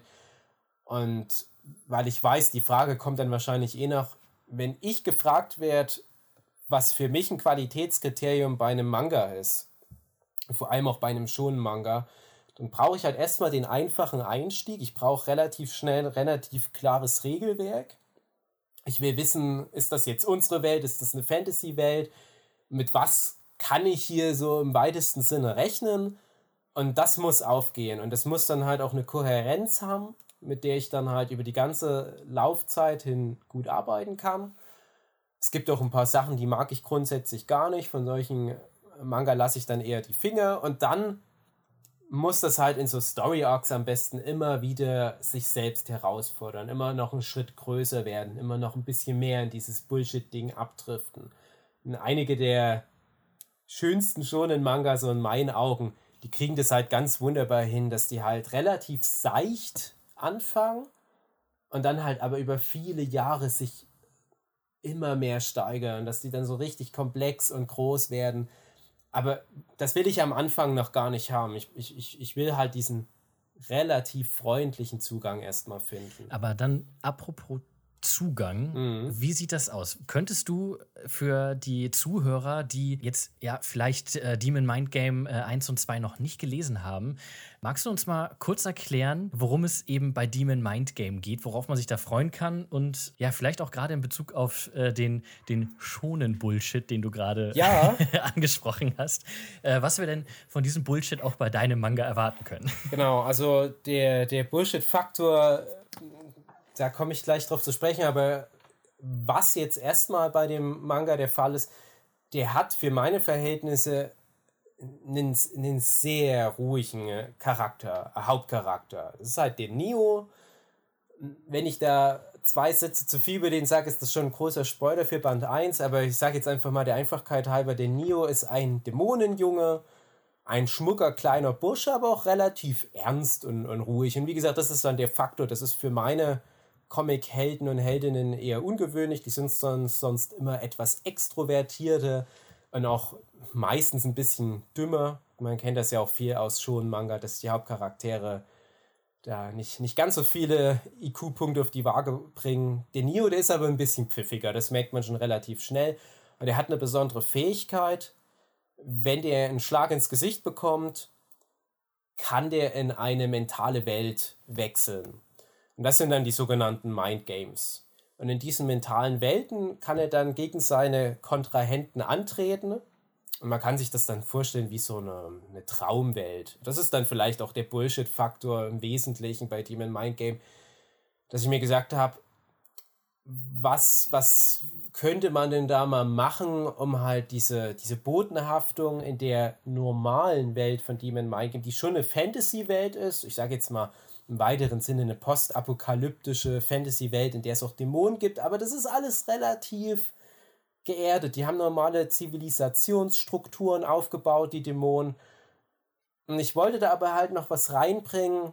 Und weil ich weiß, die Frage kommt dann wahrscheinlich eh noch, wenn ich gefragt werde, was für mich ein Qualitätskriterium bei einem Manga ist, vor allem auch bei einem Shonen-Manga, dann brauche ich halt erstmal den einfachen Einstieg. Ich brauche relativ schnell, relativ klares Regelwerk. Ich will wissen, ist das jetzt unsere Welt, ist das eine Fantasy-Welt? Mit was kann ich hier so im weitesten Sinne rechnen? Und das muss aufgehen. Und das muss dann halt auch eine Kohärenz haben, mit der ich dann halt über die ganze Laufzeit hin gut arbeiten kann. Es gibt auch ein paar Sachen, die mag ich grundsätzlich gar nicht. Von solchen Manga lasse ich dann eher die Finger. Und dann muss das halt in so Story-Arcs am besten immer wieder sich selbst herausfordern, immer noch einen Schritt größer werden, immer noch ein bisschen mehr in dieses Bullshit-Ding abdriften. Und einige der schönsten Shonen-Manga, so in meinen Augen, die kriegen das halt ganz wunderbar hin, dass die halt relativ seicht anfangen und dann halt aber über viele Jahre sich immer mehr steigern, dass die dann so richtig komplex und groß werden. Aber das will ich am Anfang noch gar nicht haben. Ich, ich, ich, ich will halt diesen relativ freundlichen Zugang erstmal finden. Aber dann apropos Zugang, mhm. wie sieht das aus? Könntest du für die Zuhörer, die jetzt ja vielleicht äh, Demon Mind Game äh, eins und zwei noch nicht gelesen haben, magst du uns mal kurz erklären, worum es eben bei Demon Mind Game geht, worauf man sich da freuen kann und ja, vielleicht auch gerade in Bezug auf äh, den, den schonen Bullshit, den du gerade ja. angesprochen hast, äh, was wir denn von diesem Bullshit auch bei deinem Manga erwarten können? Genau, also der, der Bullshit-Faktor, da komme ich gleich drauf zu sprechen, aber was jetzt erstmal bei dem Manga der Fall ist, der hat für meine Verhältnisse einen, einen sehr ruhigen Charakter, Hauptcharakter. Das ist halt der Neo. Wenn ich da zwei Sätze zu viel über den sage, ist das schon ein großer Spoiler für Band eins, aber ich sage jetzt einfach mal der Einfachkeit halber, der Neo ist ein Dämonenjunge, ein schmucker kleiner Bursche, aber auch relativ ernst und, und ruhig. Und wie gesagt, das ist dann der Faktor, das ist für meine Comic-Helden und Heldinnen eher ungewöhnlich. Die sind sonst, sonst immer etwas extrovertierter und auch meistens ein bisschen dümmer. Man kennt das ja auch viel aus Shonen-Manga, dass die Hauptcharaktere da nicht, nicht ganz so viele I Q-Punkte auf die Waage bringen. Der Neo, der ist aber ein bisschen pfiffiger, das merkt man schon relativ schnell. Und er hat eine besondere Fähigkeit. Wenn der einen Schlag ins Gesicht bekommt, kann der in eine mentale Welt wechseln. Und das sind dann die sogenannten Mind Games. Und in diesen mentalen Welten kann er dann gegen seine Kontrahenten antreten. Und man kann sich das dann vorstellen wie so eine, eine Traumwelt. Das ist dann vielleicht auch der Bullshit-Faktor im Wesentlichen bei Demon Mind Game, dass ich mir gesagt habe, was, was könnte man denn da mal machen, um halt diese, diese Bodenhaftung in der normalen Welt von Demon Mind Game, die schon eine Fantasy-Welt ist, ich sage jetzt mal im weiteren Sinne eine postapokalyptische Fantasy-Welt, in der es auch Dämonen gibt, aber das ist alles relativ geerdet. Die haben normale Zivilisationsstrukturen aufgebaut, die Dämonen. Und ich wollte da aber halt noch was reinbringen,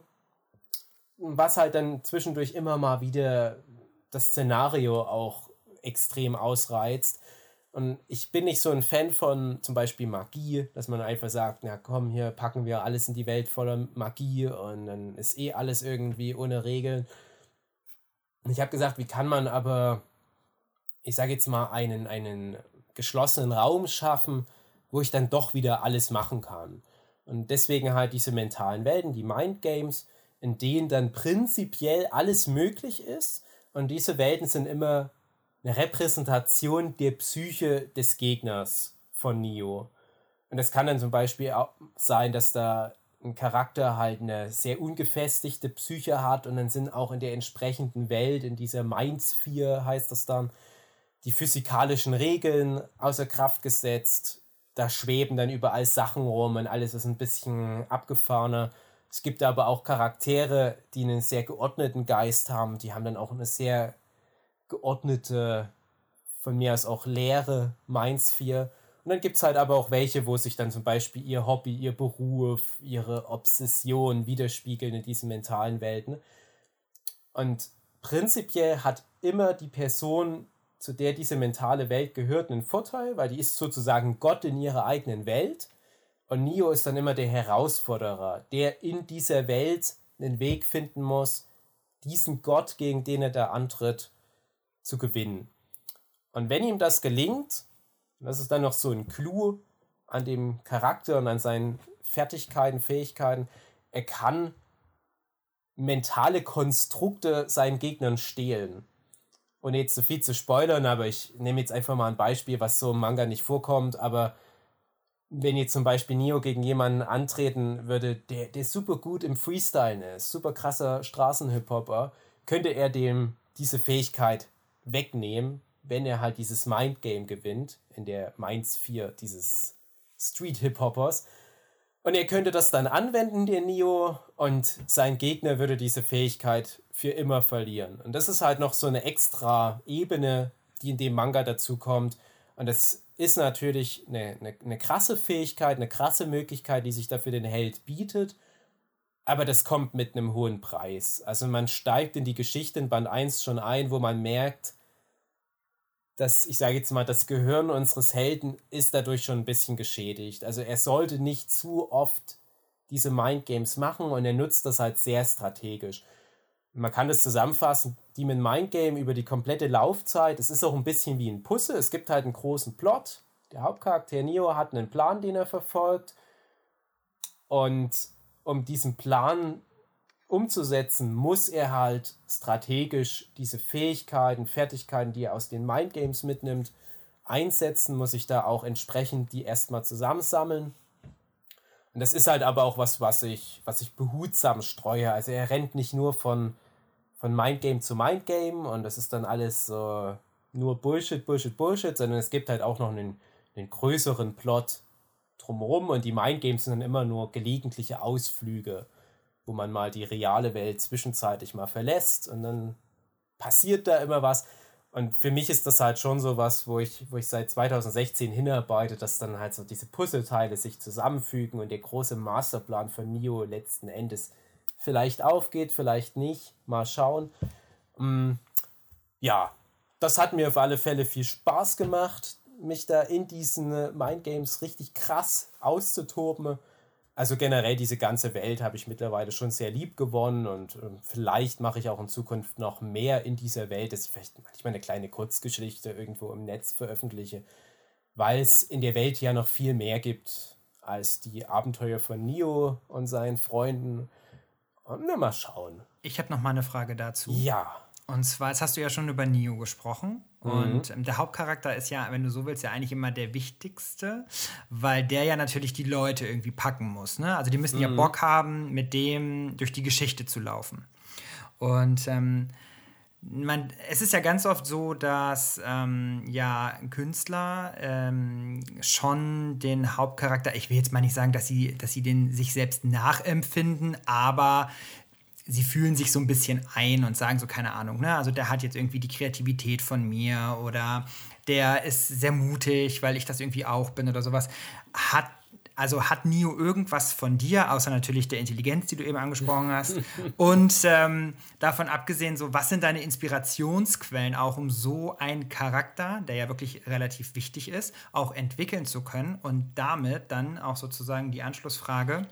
was halt dann zwischendurch immer mal wieder das Szenario auch extrem ausreizt. Und ich bin nicht so ein Fan von zum Beispiel Magie, dass man einfach sagt, na komm, hier packen wir alles in die Welt voller Magie und dann ist eh alles irgendwie ohne Regeln. Und ich habe gesagt, wie kann man aber, ich sage jetzt mal, einen, einen geschlossenen Raum schaffen, wo ich dann doch wieder alles machen kann. Und deswegen halt diese mentalen Welten, die Mind Games, in denen dann prinzipiell alles möglich ist. Und diese Welten sind immer eine Repräsentation der Psyche des Gegners von Neo. Und das kann dann zum Beispiel auch sein, dass da ein Charakter halt eine sehr ungefestigte Psyche hat und dann sind auch in der entsprechenden Welt, in dieser Mind-Sphere heißt das dann, die physikalischen Regeln außer Kraft gesetzt. Da schweben dann überall Sachen rum und alles ist ein bisschen abgefahrener. Es gibt aber auch Charaktere, die einen sehr geordneten Geist haben. Die haben dann auch eine sehr geordnete, von mir aus auch leere Mindsphere. Und dann gibt es halt aber auch welche, wo sich dann zum Beispiel ihr Hobby, ihr Beruf, ihre Obsession widerspiegeln in diesen mentalen Welten. Und prinzipiell hat immer die Person, zu der diese mentale Welt gehört, einen Vorteil, weil die ist sozusagen Gott in ihrer eigenen Welt. Und Neo ist dann immer der Herausforderer, der in dieser Welt einen Weg finden muss, diesen Gott, gegen den er da antritt, zu gewinnen. Und wenn ihm das gelingt, und das ist dann noch so ein Clou an dem Charakter und an seinen Fertigkeiten, Fähigkeiten, er kann mentale Konstrukte seinen Gegnern stehlen. Ohne jetzt so viel zu spoilern, aber ich nehme jetzt einfach mal ein Beispiel, was so im Manga nicht vorkommt, aber wenn jetzt zum Beispiel Neo gegen jemanden antreten würde, der, der super gut im Freestylen ist, super krasser Straßen-Hip-Hopper, könnte er dem diese Fähigkeit wegnehmen, wenn er halt dieses Mind-Game gewinnt, in der Mind-Sphere dieses Street-Hip-Hoppers. Und er könnte das dann anwenden, der Neo, und sein Gegner würde diese Fähigkeit für immer verlieren. Und das ist halt noch so eine extra Ebene, die in dem Manga dazu kommt. Und das ist natürlich eine, eine, eine krasse Fähigkeit, eine krasse Möglichkeit, die sich dafür den Held bietet. Aber das kommt mit einem hohen Preis. Also man steigt in die Geschichte in Band eins schon ein, wo man merkt, dass, ich sage jetzt mal, das Gehirn unseres Helden ist dadurch schon ein bisschen geschädigt. Also er sollte nicht zu oft diese Mindgames machen und er nutzt das halt sehr strategisch. Man kann das zusammenfassen, Demon Mind Game über die komplette Laufzeit, es ist auch ein bisschen wie ein Puzzle, es gibt halt einen großen Plot, der Hauptcharakter Neo hat einen Plan, den er verfolgt, und um diesen Plan umzusetzen, muss er halt strategisch diese Fähigkeiten, Fertigkeiten, die er aus den Mindgames mitnimmt, einsetzen, muss ich da auch entsprechend die erstmal zusammensammeln. Und das ist halt aber auch was, was ich, was ich behutsam streue. Also er rennt nicht nur von, von Mindgame zu Mindgame und das ist dann alles so nur Bullshit, Bullshit, Bullshit, sondern es gibt halt auch noch einen, einen größeren Plot drumherum und die Mindgames sind dann immer nur gelegentliche Ausflüge, wo man mal die reale Welt zwischenzeitlich mal verlässt und dann passiert da immer was. Und für mich ist das halt schon so was, wo ich, wo ich seit zwanzig sechzehn hinarbeite, dass dann halt so diese Puzzleteile sich zusammenfügen und der große Masterplan von Neo letzten Endes vielleicht aufgeht, vielleicht nicht. Mal schauen. Mm, ja, das hat mir auf alle Fälle viel Spaß gemacht, mich da in diesen Mindgames richtig krass auszutoben. Also generell diese ganze Welt habe ich mittlerweile schon sehr lieb gewonnen und ähm, vielleicht mache ich auch in Zukunft noch mehr in dieser Welt, dass ich vielleicht manchmal eine kleine Kurzgeschichte irgendwo im Netz veröffentliche, weil es in der Welt ja noch viel mehr gibt als die Abenteuer von Neo und seinen Freunden. Und na, mal schauen. Ich habe noch mal eine Frage dazu. Ja. Und zwar, jetzt hast du ja schon über Neo gesprochen. Mhm. Und ähm, der Hauptcharakter ist ja, wenn du so willst, ja eigentlich immer der wichtigste, weil der ja natürlich die Leute irgendwie packen muss. Ne? Also die müssen mhm. ja Bock haben, mit dem durch die Geschichte zu laufen. Und ähm, man, es ist ja ganz oft so, dass ähm, ja Künstler ähm, schon den Hauptcharakter, ich will jetzt mal nicht sagen, dass sie, dass sie den sich selbst nachempfinden, aber sie fühlen sich so ein bisschen ein und sagen so, keine Ahnung, ne? Also der hat jetzt irgendwie die Kreativität von mir oder der ist sehr mutig, weil ich das irgendwie auch bin oder sowas. Hat, also hat Neo irgendwas von dir, außer natürlich der Intelligenz, die du eben angesprochen hast. Und ähm, davon abgesehen, so, was sind deine Inspirationsquellen auch, um so einen Charakter, der ja wirklich relativ wichtig ist, auch entwickeln zu können und damit dann auch sozusagen die Anschlussfrage: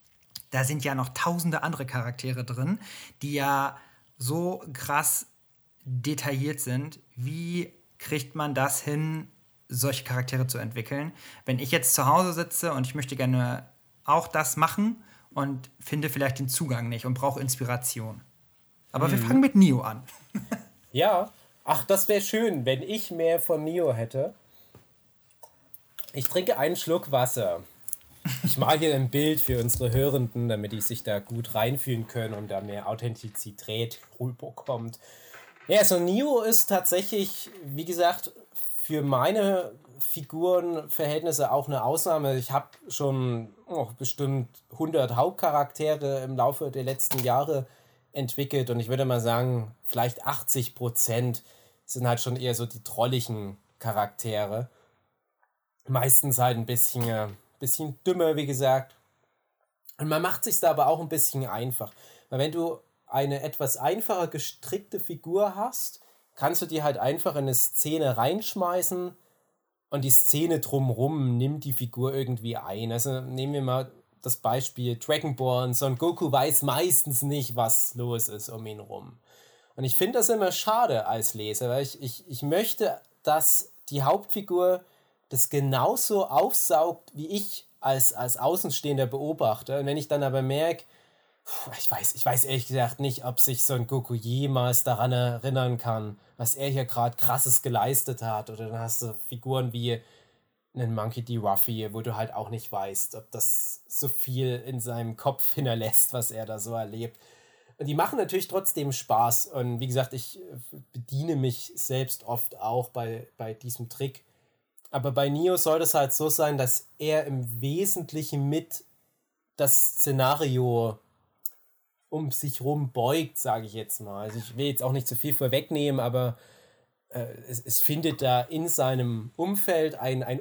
Da sind ja noch tausende andere Charaktere drin, die ja so krass detailliert sind. Wie kriegt man das hin, solche Charaktere zu entwickeln? Wenn ich jetzt zu Hause sitze und ich möchte gerne auch das machen und finde vielleicht den Zugang nicht und brauche Inspiration. Aber mhm. wir fangen mit Neo an. Ja, ach, das wäre schön, wenn ich mehr von Neo hätte. Ich trinke einen Schluck Wasser. Ich mache hier ein Bild für unsere Hörenden, damit die sich da gut reinfühlen können und da mehr Authentizität rüberkommt. Ja, so Neo ist tatsächlich, wie gesagt, für meine Figurenverhältnisse auch eine Ausnahme. Ich habe schon oh, bestimmt hundert Hauptcharaktere im Laufe der letzten Jahre entwickelt und ich würde mal sagen, vielleicht achtzig Prozent sind halt schon eher so die trolligen Charaktere. Meistens halt ein bisschen... Äh, bisschen dümmer, wie gesagt. Und man macht sich da aber auch ein bisschen einfach. Weil wenn du eine etwas einfacher gestrickte Figur hast, kannst du die halt einfach in eine Szene reinschmeißen und die Szene drumherum nimmt die Figur irgendwie ein. Also nehmen wir mal das Beispiel Dragonborn. Son Goku weiß meistens nicht, was los ist um ihn rum. Und ich finde das immer schade als Leser, weil ich, ich, ich möchte, dass die Hauptfigur das genauso aufsaugt, wie ich als, als außenstehender Beobachter. Und wenn ich dann aber merke, ich weiß, ich weiß ehrlich gesagt nicht, ob sich Son Goku jemals daran erinnern kann, was er hier gerade Krasses geleistet hat. Oder dann hast du Figuren wie einen Monkey D. Ruffy, wo du halt auch nicht weißt, ob das so viel in seinem Kopf hinterlässt, was er da so erlebt. Und die machen natürlich trotzdem Spaß. Und wie gesagt, ich bediene mich selbst oft auch bei, bei diesem Trick. Aber bei Neo soll das halt so sein, dass er im Wesentlichen mit das Szenario um sich rum beugt, sage ich jetzt mal. Also ich will jetzt auch nicht zu viel vorwegnehmen, aber äh, es, es findet da in seinem Umfeld ein, ein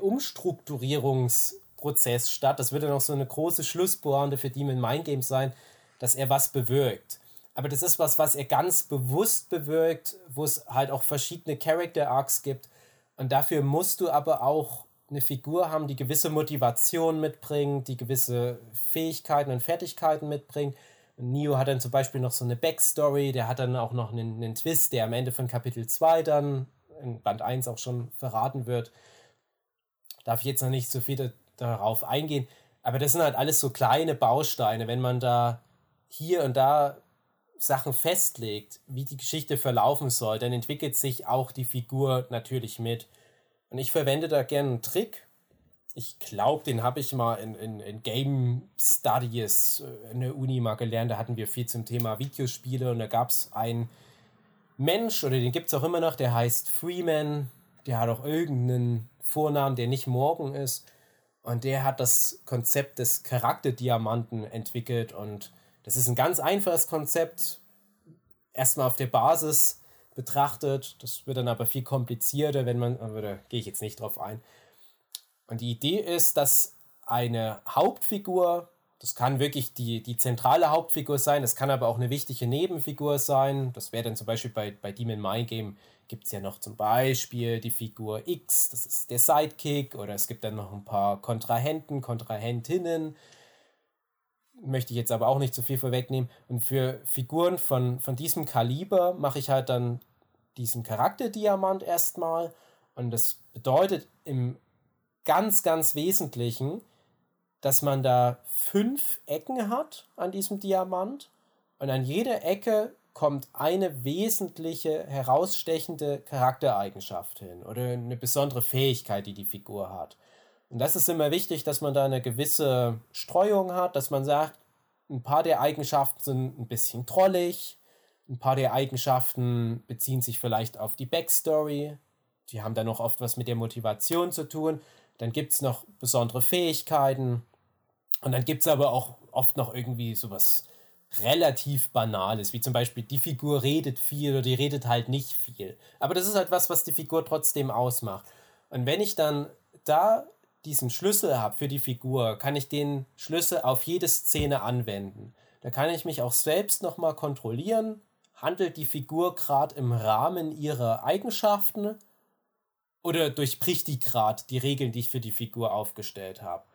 Umstrukturierungsprozess statt. Das wird dann auch so eine große Schlusspointe für Demon Mind Games sein, dass er was bewirkt. Aber das ist was, was er ganz bewusst bewirkt, wo es halt auch verschiedene Character Arcs gibt. Und dafür musst du aber auch eine Figur haben, die gewisse Motivation mitbringt, die gewisse Fähigkeiten und Fertigkeiten mitbringt. Und Neo hat dann zum Beispiel noch so eine Backstory, der hat dann auch noch einen, einen Twist, der am Ende von Kapitel zwei dann in Band eins auch schon verraten wird. Darf ich jetzt noch nicht so viel da, darauf eingehen, aber das sind halt alles so kleine Bausteine, wenn man da hier und da Sachen festlegt, wie die Geschichte verlaufen soll, dann entwickelt sich auch die Figur natürlich mit. Und ich verwende da gerne einen Trick. Ich glaube, den habe ich mal in, in, in Game Studies in der Uni mal gelernt. Da hatten wir viel zum Thema Videospiele und da gab es einen Mensch, oder den gibt es auch immer noch, der heißt Freeman. Der hat auch irgendeinen Vornamen, der nicht Morgan ist. Und der hat das Konzept des Charakterdiamanten entwickelt. Und das ist ein ganz einfaches Konzept. Erstmal auf der Basis betrachtet. Das wird dann aber viel komplizierter, wenn man, aber da gehe ich jetzt nicht drauf ein. Und die Idee ist, dass eine Hauptfigur, das kann wirklich die, die zentrale Hauptfigur sein, das kann aber auch eine wichtige Nebenfigur sein. Das wäre dann zum Beispiel bei, bei Demon Mind Game, gibt es ja noch zum Beispiel die Figur X, das ist der Sidekick, oder es gibt dann noch ein paar Kontrahenten, Kontrahentinnen. Möchte ich jetzt aber auch nicht zu viel vorwegnehmen. Und für Figuren von, von diesem Kaliber mache ich halt dann diesen Charakterdiamant erstmal. Und das bedeutet im ganz, ganz Wesentlichen, dass man da fünf Ecken hat an diesem Diamant. Und an jeder Ecke kommt eine wesentliche, herausstechende Charaktereigenschaft hin. Oder eine besondere Fähigkeit, die die Figur hat. Und das ist immer wichtig, dass man da eine gewisse Streuung hat, dass man sagt, ein paar der Eigenschaften sind ein bisschen trollig, ein paar der Eigenschaften beziehen sich vielleicht auf die Backstory, die haben dann noch oft was mit der Motivation zu tun, dann gibt es noch besondere Fähigkeiten und dann gibt es aber auch oft noch irgendwie sowas relativ Banales, wie zum Beispiel die Figur redet viel oder die redet halt nicht viel. Aber das ist halt was, was die Figur trotzdem ausmacht. Und wenn ich dann da diesen Schlüssel habe für die Figur, kann ich den Schlüssel auf jede Szene anwenden. Da kann ich mich auch selbst nochmal kontrollieren, handelt die Figur gerade im Rahmen ihrer Eigenschaften oder durchbricht die gerade die Regeln, die ich für die Figur aufgestellt habe.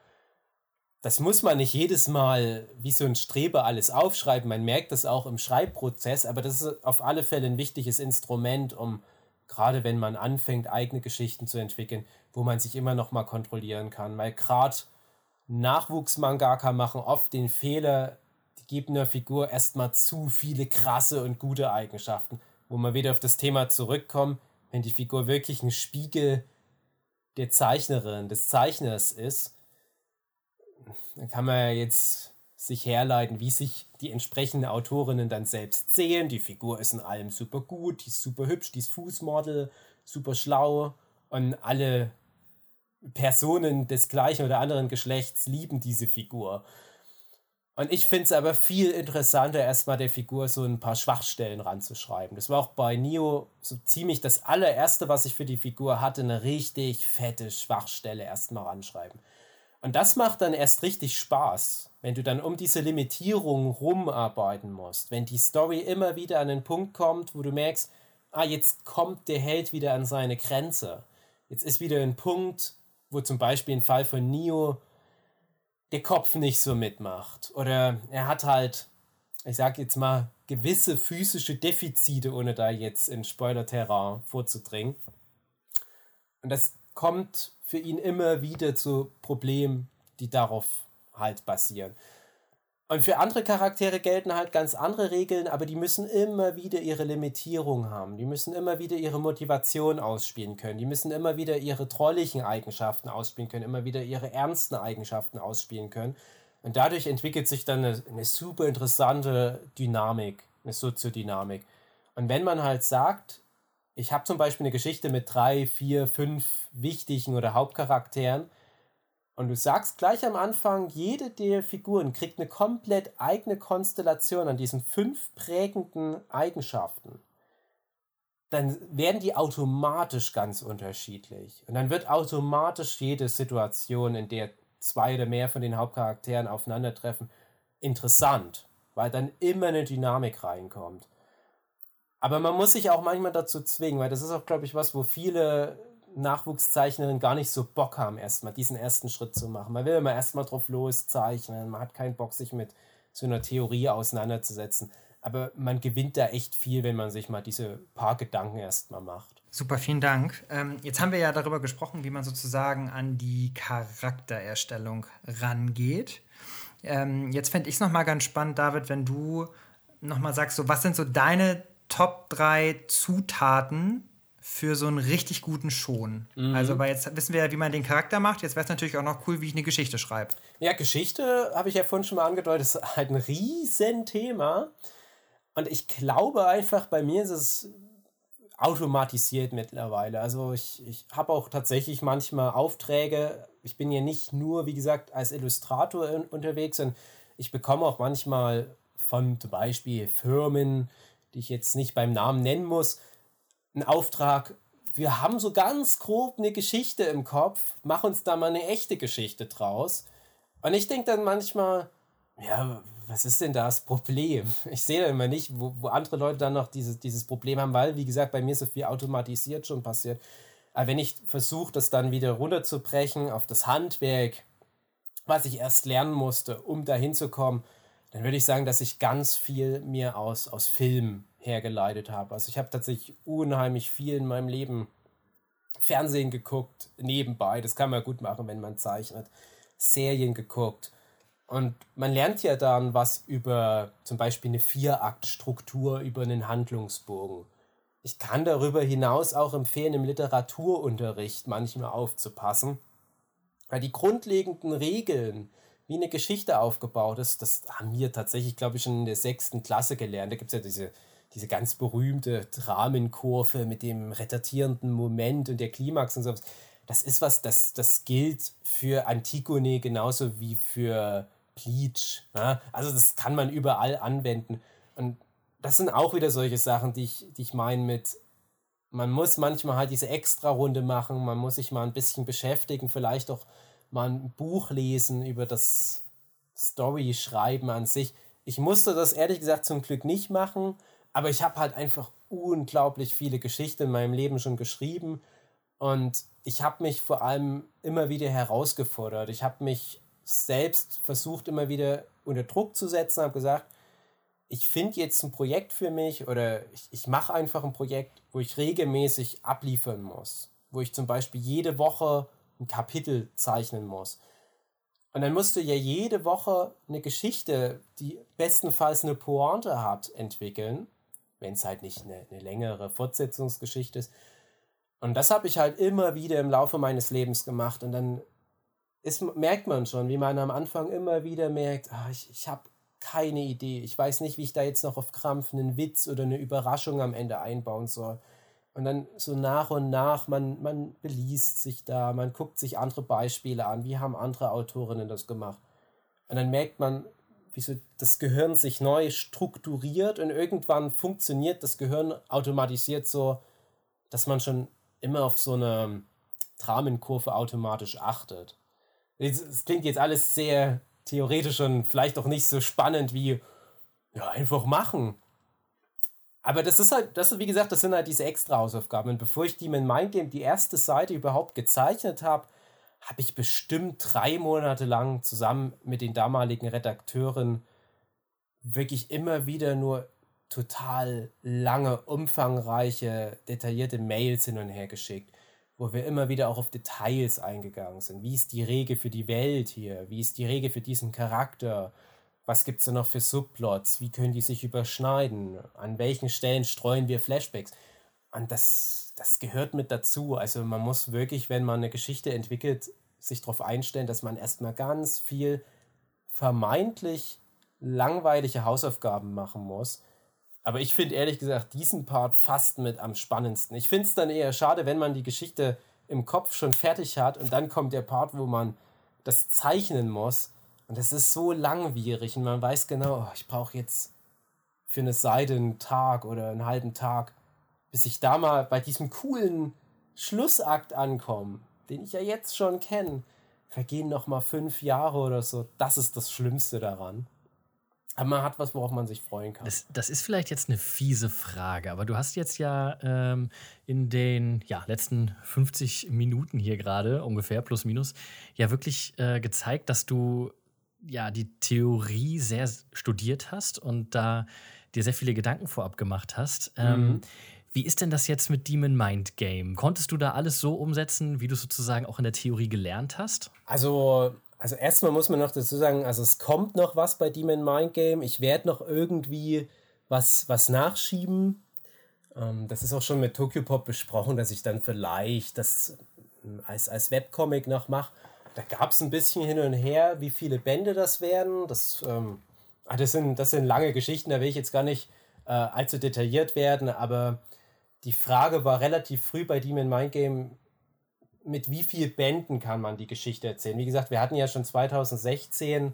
Das muss man nicht jedes Mal wie so ein Streber alles aufschreiben, man merkt das auch im Schreibprozess, aber das ist auf alle Fälle ein wichtiges Instrument, um gerade wenn man anfängt, eigene Geschichten zu entwickeln, wo man sich immer noch mal kontrollieren kann. Weil gerade Nachwuchs-Mangaka machen oft den Fehler, die geben einer Figur erstmal zu viele krasse und gute Eigenschaften, wo man wieder auf das Thema zurückkommt, wenn die Figur wirklich ein Spiegel der Zeichnerin, des Zeichners ist, dann kann man ja jetzt sich herleiten, wie sich die entsprechenden Autorinnen dann selbst sehen. Die Figur ist in allem super gut, die ist super hübsch, die ist Fußmodel, super schlau und alle Personen des gleichen oder anderen Geschlechts lieben diese Figur. Und ich finde es aber viel interessanter, erstmal der Figur so ein paar Schwachstellen ranzuschreiben. Das war auch bei Neo so ziemlich das allererste, was ich für die Figur hatte, eine richtig fette Schwachstelle erstmal ranschreiben. Und das macht dann erst richtig Spaß, wenn du dann um diese Limitierung rumarbeiten musst. Wenn die Story immer wieder an den Punkt kommt, wo du merkst, ah, jetzt kommt der Held wieder an seine Grenze. Jetzt ist wieder ein Punkt, wo zum Beispiel im Fall von Neo der Kopf nicht so mitmacht. Oder er hat halt, ich sag jetzt mal, gewisse physische Defizite, ohne da jetzt in Spoiler-Terrain vorzudringen. Und das kommt für ihn immer wieder zu Problemen, die darauf halt basieren. Und für andere Charaktere gelten halt ganz andere Regeln, aber die müssen immer wieder ihre Limitierung haben. Die müssen immer wieder ihre Motivation ausspielen können. Die müssen immer wieder ihre trolligen Eigenschaften ausspielen können, immer wieder ihre ernsten Eigenschaften ausspielen können. Und dadurch entwickelt sich dann eine, eine super interessante Dynamik, eine Soziodynamik. Und wenn man halt sagt, ich habe zum Beispiel eine Geschichte mit drei, vier, fünf wichtigen oder Hauptcharakteren Und du sagst gleich am Anfang, jede der Figuren kriegt eine komplett eigene Konstellation an diesen fünf prägenden Eigenschaften. Dann werden die automatisch ganz unterschiedlich. Und dann wird automatisch jede Situation, in der zwei oder mehr von den Hauptcharakteren aufeinandertreffen, interessant, weil dann immer eine Dynamik reinkommt. Aber man muss sich auch manchmal dazu zwingen, weil das ist auch, glaube ich, was, wo viele Nachwuchszeichnerinnen gar nicht so Bock haben, erstmal diesen ersten Schritt zu machen. Man will immer erstmal drauf loszeichnen, man hat keinen Bock, sich mit so einer Theorie auseinanderzusetzen. Aber man gewinnt da echt viel, wenn man sich mal diese paar Gedanken erstmal macht. Super, vielen Dank. Ähm, jetzt haben wir ja darüber gesprochen, wie man sozusagen an die Charaktererstellung rangeht. Ähm, jetzt fände ich es nochmal ganz spannend, David, wenn du nochmal sagst, so, was sind so deine Top drei Zutaten für so einen richtig guten Schon? Mhm. Also, weil jetzt wissen wir ja, wie man den Charakter macht. Jetzt wäre es natürlich auch noch cool, wie ich eine Geschichte schreibe. Ja, Geschichte, habe ich ja vorhin schon mal angedeutet, ist halt ein Riesenthema. Und ich glaube einfach, bei mir ist es automatisiert mittlerweile. Also ich, ich habe auch tatsächlich manchmal Aufträge. Ich bin ja nicht nur, wie gesagt, als Illustrator in, unterwegs, sondern ich bekomme auch manchmal von zum Beispiel Firmen, die ich jetzt nicht beim Namen nennen muss, einen Auftrag. Wir haben so ganz grob eine Geschichte im Kopf, mach uns da mal eine echte Geschichte draus. Und ich denke dann manchmal, ja, was ist denn das Problem? Ich sehe dann immer nicht, wo, wo andere Leute dann noch dieses, dieses Problem haben, weil, wie gesagt, bei mir so viel automatisiert schon passiert. Aber wenn ich versuche, das dann wieder runterzubrechen auf das Handwerk, was ich erst lernen musste, um da hinzukommen, dann würde ich sagen, dass ich ganz viel mir aus, aus Film hergeleitet habe. Also ich habe tatsächlich unheimlich viel in meinem Leben Fernsehen geguckt, nebenbei. Das kann man gut machen, wenn man zeichnet. Serien geguckt. Und man lernt ja dann was über zum Beispiel eine Vier-Akt-Struktur, über einen Handlungsbogen. Ich kann darüber hinaus auch empfehlen, im Literaturunterricht manchmal aufzupassen, weil die grundlegenden Regeln, wie eine Geschichte aufgebaut ist, das haben wir tatsächlich, glaube ich, schon in der sechsten Klasse gelernt. Da gibt es ja diese, diese ganz berühmte Dramenkurve mit dem retardierenden Moment und der Klimax und sowas. Das ist was, das, das gilt für Antigone genauso wie für Bleach. Ja? Also das kann man überall anwenden. Und das sind auch wieder solche Sachen, die ich, die ich meine mit, man muss manchmal halt diese Extra-Runde machen, man muss sich mal ein bisschen beschäftigen, vielleicht auch mal ein Buch lesen über das Story-Schreiben an sich. Ich musste das ehrlich gesagt zum Glück nicht machen, aber ich habe halt einfach unglaublich viele Geschichten in meinem Leben schon geschrieben und ich habe mich vor allem immer wieder herausgefordert. Ich habe mich selbst versucht, immer wieder unter Druck zu setzen, habe gesagt, ich finde jetzt ein Projekt für mich oder ich, ich mache einfach ein Projekt, wo ich regelmäßig abliefern muss. Wo ich zum Beispiel jede Woche ein Kapitel zeichnen muss. Und dann musst du ja jede Woche eine Geschichte, die bestenfalls eine Pointe hat, entwickeln, wenn es halt nicht eine, eine längere Fortsetzungsgeschichte ist. Und das habe ich halt immer wieder im Laufe meines Lebens gemacht. Und dann ist, merkt man schon, wie man am Anfang immer wieder merkt, ach, ich, ich habe keine Idee. Ich weiß nicht, wie ich da jetzt noch auf Krampf einen Witz oder eine Überraschung am Ende einbauen soll. Und dann so nach und nach, man, man beliest sich da, man guckt sich andere Beispiele an, wie haben andere Autorinnen das gemacht. Und dann merkt man, wie so das Gehirn sich neu strukturiert und irgendwann funktioniert das Gehirn automatisiert so, dass man schon immer auf so eine Dramenkurve automatisch achtet. Es klingt jetzt alles sehr theoretisch und vielleicht auch nicht so spannend wie, ja, einfach machen. Aber das ist halt, das ist, wie gesagt, das sind halt diese Extra-Hausaufgaben. Und bevor ich Demon Mind Game die erste Seite überhaupt gezeichnet habe, habe ich bestimmt drei Monate lang zusammen mit den damaligen Redakteuren wirklich immer wieder nur total lange, umfangreiche, detaillierte Mails hin und her geschickt, wo wir immer wieder auch auf Details eingegangen sind. Wie ist die Regel für die Welt hier? Wie ist die Regel für diesen Charakter? Was gibt es da noch für Subplots? Wie können die sich überschneiden? An welchen Stellen streuen wir Flashbacks? Und das, das gehört mit dazu. Also man muss wirklich, wenn man eine Geschichte entwickelt, sich darauf einstellen, dass man erstmal ganz viel vermeintlich langweilige Hausaufgaben machen muss. Aber ich finde ehrlich gesagt diesen Part fast mit am spannendsten. Ich finde es dann eher schade, wenn man die Geschichte im Kopf schon fertig hat und dann kommt der Part, wo man das zeichnen muss. Und das ist so langwierig und man weiß genau, oh, ich brauche jetzt für eine Seite einen Tag oder einen halben Tag, bis ich da mal bei diesem coolen Schlussakt ankomme, den ich ja jetzt schon kenne. Vergehen noch mal fünf Jahre oder so. Das ist das Schlimmste daran. Aber man hat was, worauf man sich freuen kann. Das, das ist vielleicht jetzt eine fiese Frage, aber du hast jetzt ja ähm, in den ja, letzten fünfzig Minuten hier gerade, ungefähr, plus minus, ja wirklich äh, gezeigt, dass du ja die Theorie sehr studiert hast und da dir sehr viele Gedanken vorab gemacht hast. Mhm. Ähm, wie ist denn das jetzt mit Demon Mind Game? Konntest du da alles so umsetzen, wie du sozusagen auch in der Theorie gelernt hast? Also... Also erstmal muss man noch dazu sagen, also es kommt noch was bei Demon Mind Game. Ich werde noch irgendwie was, was nachschieben. Ähm, das ist auch schon mit Tokyopop besprochen, dass ich dann vielleicht das als, als Webcomic noch mache. Da gab es ein bisschen hin und her, wie viele Bände das werden. Das, ähm, das, sind, das sind lange Geschichten, da will ich jetzt gar nicht äh, allzu detailliert werden. Aber die Frage war relativ früh bei Demon Mind Game, mit wie vielen Bänden kann man die Geschichte erzählen? Wie gesagt, wir hatten ja schon zwanzig sechzehn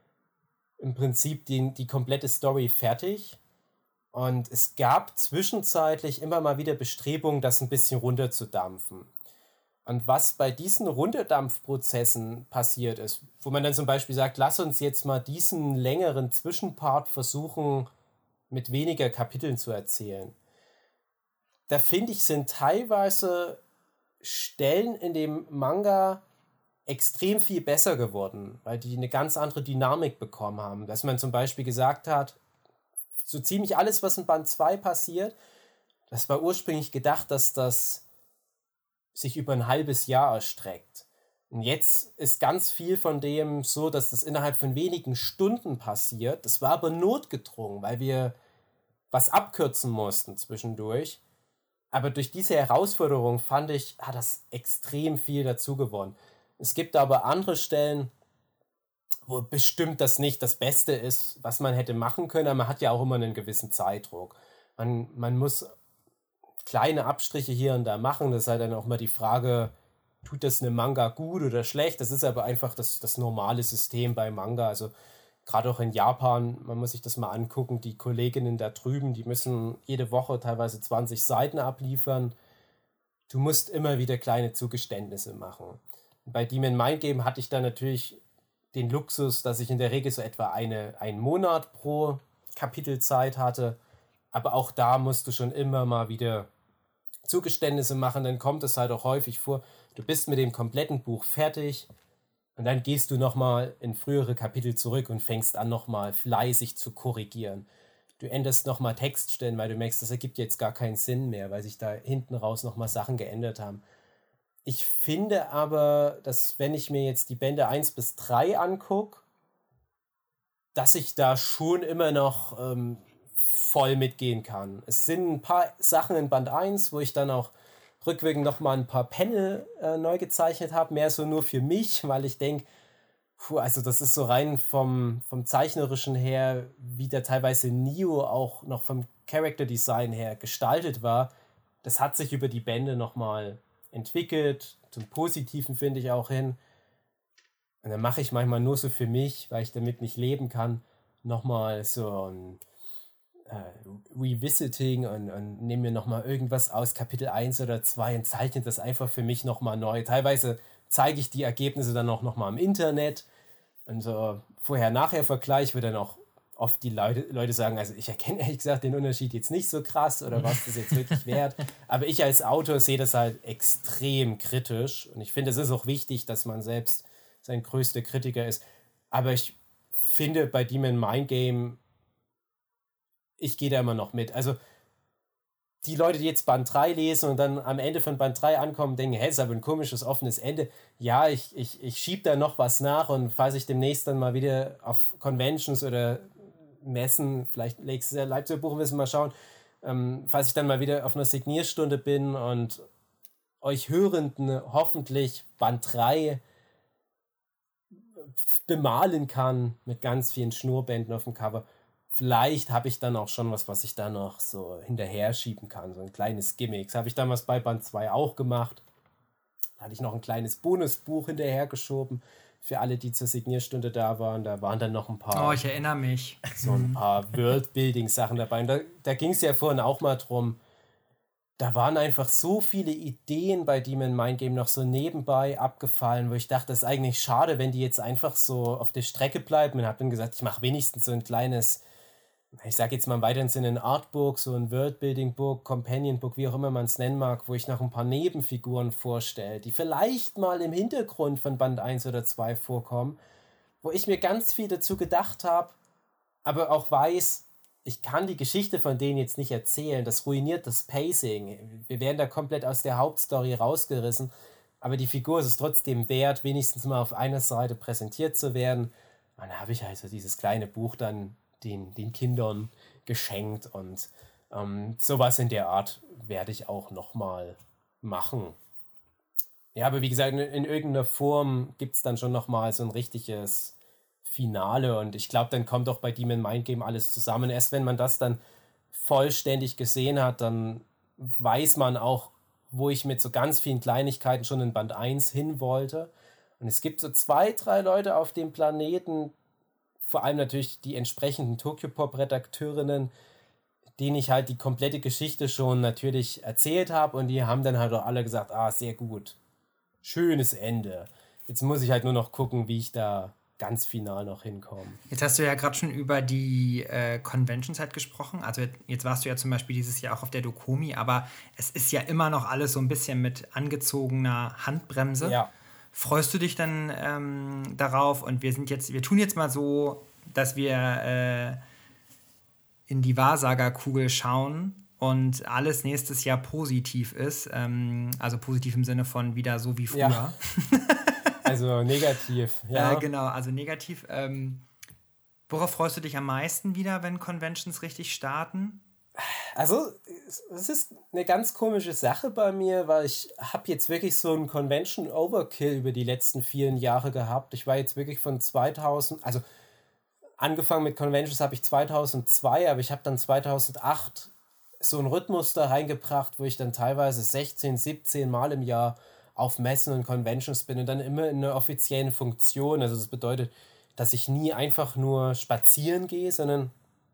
im Prinzip die, die komplette Story fertig. Und es gab zwischenzeitlich immer mal wieder Bestrebungen, das ein bisschen runterzudampfen. Und was bei diesen Runterdampfprozessen passiert ist, wo man dann zum Beispiel sagt, lass uns jetzt mal diesen längeren Zwischenpart versuchen, mit weniger Kapiteln zu erzählen. Da finde ich, sind teilweise Stellen in dem Manga extrem viel besser geworden, weil die eine ganz andere Dynamik bekommen haben. Dass man zum Beispiel gesagt hat, so ziemlich alles, was in Band zwei passiert, das war ursprünglich gedacht, dass das sich über ein halbes Jahr erstreckt. Und jetzt ist ganz viel von dem so, dass das innerhalb von wenigen Stunden passiert. Das war aber notgedrungen, weil wir was abkürzen mussten zwischendurch. Aber durch diese Herausforderung, fand ich, hat das extrem viel dazu gewonnen. Es gibt aber andere Stellen, wo bestimmt das nicht das Beste ist, was man hätte machen können. Aber man hat ja auch immer einen gewissen Zeitdruck. Man, man muss kleine Abstriche hier und da machen. Das ist halt dann auch mal die Frage, tut das einem Manga gut oder schlecht? Das ist aber einfach das, das normale System bei Manga. Also gerade auch in Japan, man muss sich das mal angucken, die Kolleginnen da drüben, die müssen jede Woche teilweise zwanzig Seiten abliefern. Du musst immer wieder kleine Zugeständnisse machen. Bei Demon Mind Game hatte ich dann natürlich den Luxus, dass ich in der Regel so etwa eine, einen Monat pro Kapitelzeit hatte. Aber auch da musst du schon immer mal wieder Zugeständnisse machen. Dann kommt es halt auch häufig vor, du bist mit dem kompletten Buch fertig. Und dann gehst du nochmal in frühere Kapitel zurück und fängst an, nochmal fleißig zu korrigieren. Du änderst nochmal Textstellen, weil du merkst, das ergibt jetzt gar keinen Sinn mehr, weil sich da hinten raus nochmal Sachen geändert haben. Ich finde aber, dass wenn ich mir jetzt die Bände eins bis drei angucke, dass ich da schon immer noch ähm, voll mitgehen kann. Es sind ein paar Sachen in Band eins, wo ich dann auch rückwirkend noch mal ein paar Panel äh, neu gezeichnet habe, mehr so nur für mich, weil ich denke, also das ist so rein vom, vom Zeichnerischen her, wie der teilweise Neo auch noch vom Character Design her gestaltet war, das hat sich über die Bände noch mal entwickelt, zum Positiven finde ich auch hin. Und dann mache ich manchmal nur so für mich, weil ich damit nicht leben kann, noch mal so ein Revisiting und, und nehme mir nochmal irgendwas aus Kapitel eins oder zwei und zeichne das einfach für mich nochmal neu. Teilweise zeige ich die Ergebnisse dann auch nochmal im Internet und so Vorher-Nachher-Vergleich, wo dann auch oft die Leute, Leute sagen, also ich erkenne ehrlich gesagt den Unterschied jetzt nicht so krass oder was das jetzt wirklich wert, aber ich als Autor sehe das halt extrem kritisch und ich finde, es ist auch wichtig, dass man selbst sein größter Kritiker ist, aber ich finde bei Demon Mind Game, ich gehe da immer noch mit. Also die Leute, die jetzt Band drei lesen und dann am Ende von Band drei ankommen, denken, hey, ist aber ein komisches, offenes Ende. Ja, ich, ich, ich schiebe da noch was nach und falls ich demnächst dann mal wieder auf Conventions oder Messen, vielleicht nächstes Jahr Leipziger Buchmessen mal schauen, ähm, falls ich dann mal wieder auf einer Signierstunde bin und euch Hörenden hoffentlich Band drei bemalen kann mit ganz vielen Schnurrbänden auf dem Cover. Vielleicht habe ich dann auch schon was, was ich da noch so hinterher schieben kann. So ein kleines Gimmick. Das habe ich damals bei Band zwei auch gemacht. Da hatte ich noch ein kleines Bonusbuch hinterher geschoben. für alle, die zur Signierstunde da waren. Da waren dann noch ein paar... Oh, ich erinnere mich. So ein paar Worldbuilding-Sachen dabei. Und da, da ging es ja vorhin auch mal drum, da waren einfach so viele Ideen bei Demon Mind Game noch so nebenbei abgefallen, wo ich dachte, das ist eigentlich schade, wenn die jetzt einfach so auf der Strecke bleiben. Und habe dann gesagt, ich mache wenigstens so ein kleines, ich sage jetzt mal im weiteren Sinne ein Artbook, so ein Worldbuilding-Book, Companion-Book, wie auch immer man es nennen mag, wo ich noch ein paar Nebenfiguren vorstelle, die vielleicht mal im Hintergrund von Band eins oder zwei vorkommen, wo ich mir ganz viel dazu gedacht habe, aber auch weiß, ich kann die Geschichte von denen jetzt nicht erzählen. Das ruiniert das Pacing. Wir werden da komplett aus der Hauptstory rausgerissen. Aber die Figur ist es trotzdem wert, wenigstens mal auf einer Seite präsentiert zu werden. Und da habe ich also dieses kleine Buch dann den, den Kindern geschenkt. Und ähm, sowas in der Art werde ich auch nochmal machen. Ja, aber wie gesagt, in, in irgendeiner Form gibt es dann schon nochmal so ein richtiges Finale und ich glaube, dann kommt auch bei Demon Mind Game alles zusammen. Erst wenn man das dann vollständig gesehen hat, dann weiß man auch, wo ich mit so ganz vielen Kleinigkeiten schon in Band eins hin wollte. Und es gibt so zwei, drei Leute auf dem Planeten, vor allem natürlich die entsprechenden Tokyopop-Redakteurinnen, denen ich halt die komplette Geschichte schon natürlich erzählt habe und die haben dann halt auch alle gesagt, ah, sehr gut, schönes Ende. Jetzt muss ich halt nur noch gucken, wie ich da ganz final noch hinkommen. Jetzt hast du ja gerade schon über die äh, Conventions halt gesprochen. Also jetzt warst du ja zum Beispiel dieses Jahr auch auf der Dokumi, aber es ist ja immer noch alles so ein bisschen mit angezogener Handbremse. Ja. Freust du dich dann ähm, darauf? Und wir sind jetzt, wir tun jetzt mal so, dass wir äh, in die Wahrsagerkugel schauen und alles nächstes Jahr positiv ist. Ähm, also positiv im Sinne von wieder so wie früher. Ja. Also negativ, ja. Äh, genau, also negativ. Ähm, worauf freust du dich am meisten wieder, wenn Conventions richtig starten? Also, es ist eine ganz komische Sache bei mir, weil ich habe jetzt wirklich so einen Convention-Overkill über die letzten vielen Jahre gehabt. Ich war jetzt wirklich von zweitausend, also angefangen mit Conventions habe ich zweitausendzwei, aber ich habe dann zweitausendacht so einen Rhythmus da reingebracht, wo ich dann teilweise sechzehn, siebzehn Mal im Jahr auf Messen und Conventions bin und dann immer in einer offiziellen Funktion. Also das bedeutet, dass ich nie einfach nur spazieren gehe, sondern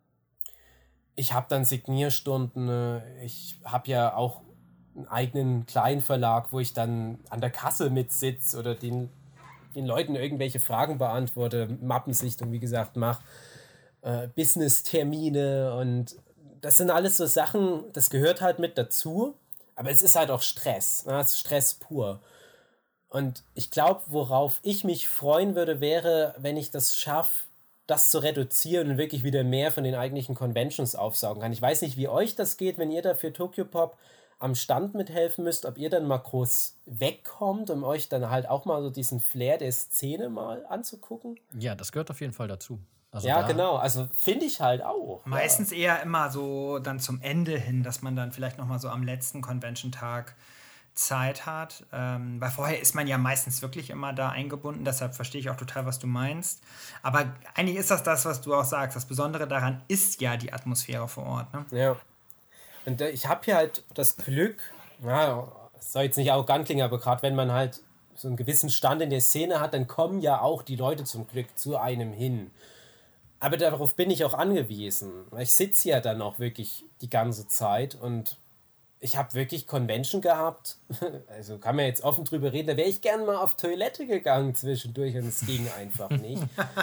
ich habe dann Signierstunden. Ich habe ja auch einen eigenen Kleinverlag, wo ich dann an der Kasse mitsitze oder den, den Leuten irgendwelche Fragen beantworte, Mappensichtung, wie gesagt, mache, äh, Business-Termine und das sind alles so Sachen, das gehört halt mit dazu. Aber es ist halt auch Stress. Ne? Es ist Stress pur. Und ich glaube, worauf ich mich freuen würde, wäre, wenn ich das schaffe, das zu reduzieren und wirklich wieder mehr von den eigentlichen Conventions aufsaugen kann. Ich weiß nicht, wie euch das geht, wenn ihr da für Tokyopop am Stand mithelfen müsst, ob ihr dann mal groß wegkommt, um euch dann halt auch mal so diesen Flair der Szene mal anzugucken. Ja, das gehört auf jeden Fall dazu. Also ja, da genau. Also finde ich halt auch. Meistens ja. eher immer so dann zum Ende hin, dass man dann vielleicht noch mal so am letzten Convention-Tag Zeit hat. Ähm, weil vorher ist man ja meistens wirklich immer da eingebunden. Deshalb verstehe ich auch total, was du meinst. Aber eigentlich ist das das, was du auch sagst. Das Besondere daran ist ja die Atmosphäre vor Ort. Ne? Ja. Und äh, ich habe hier halt das Glück, ja, es soll jetzt nicht arrogant klingen, aber gerade wenn man halt so einen gewissen Stand in der Szene hat, dann kommen ja auch die Leute zum Glück zu einem hin. Aber darauf bin ich auch angewiesen. Ich sitze ja dann auch wirklich die ganze Zeit und ich habe wirklich Convention gehabt. Also kann man jetzt offen drüber reden, da wäre ich gern mal auf Toilette gegangen zwischendurch und es ging einfach nicht.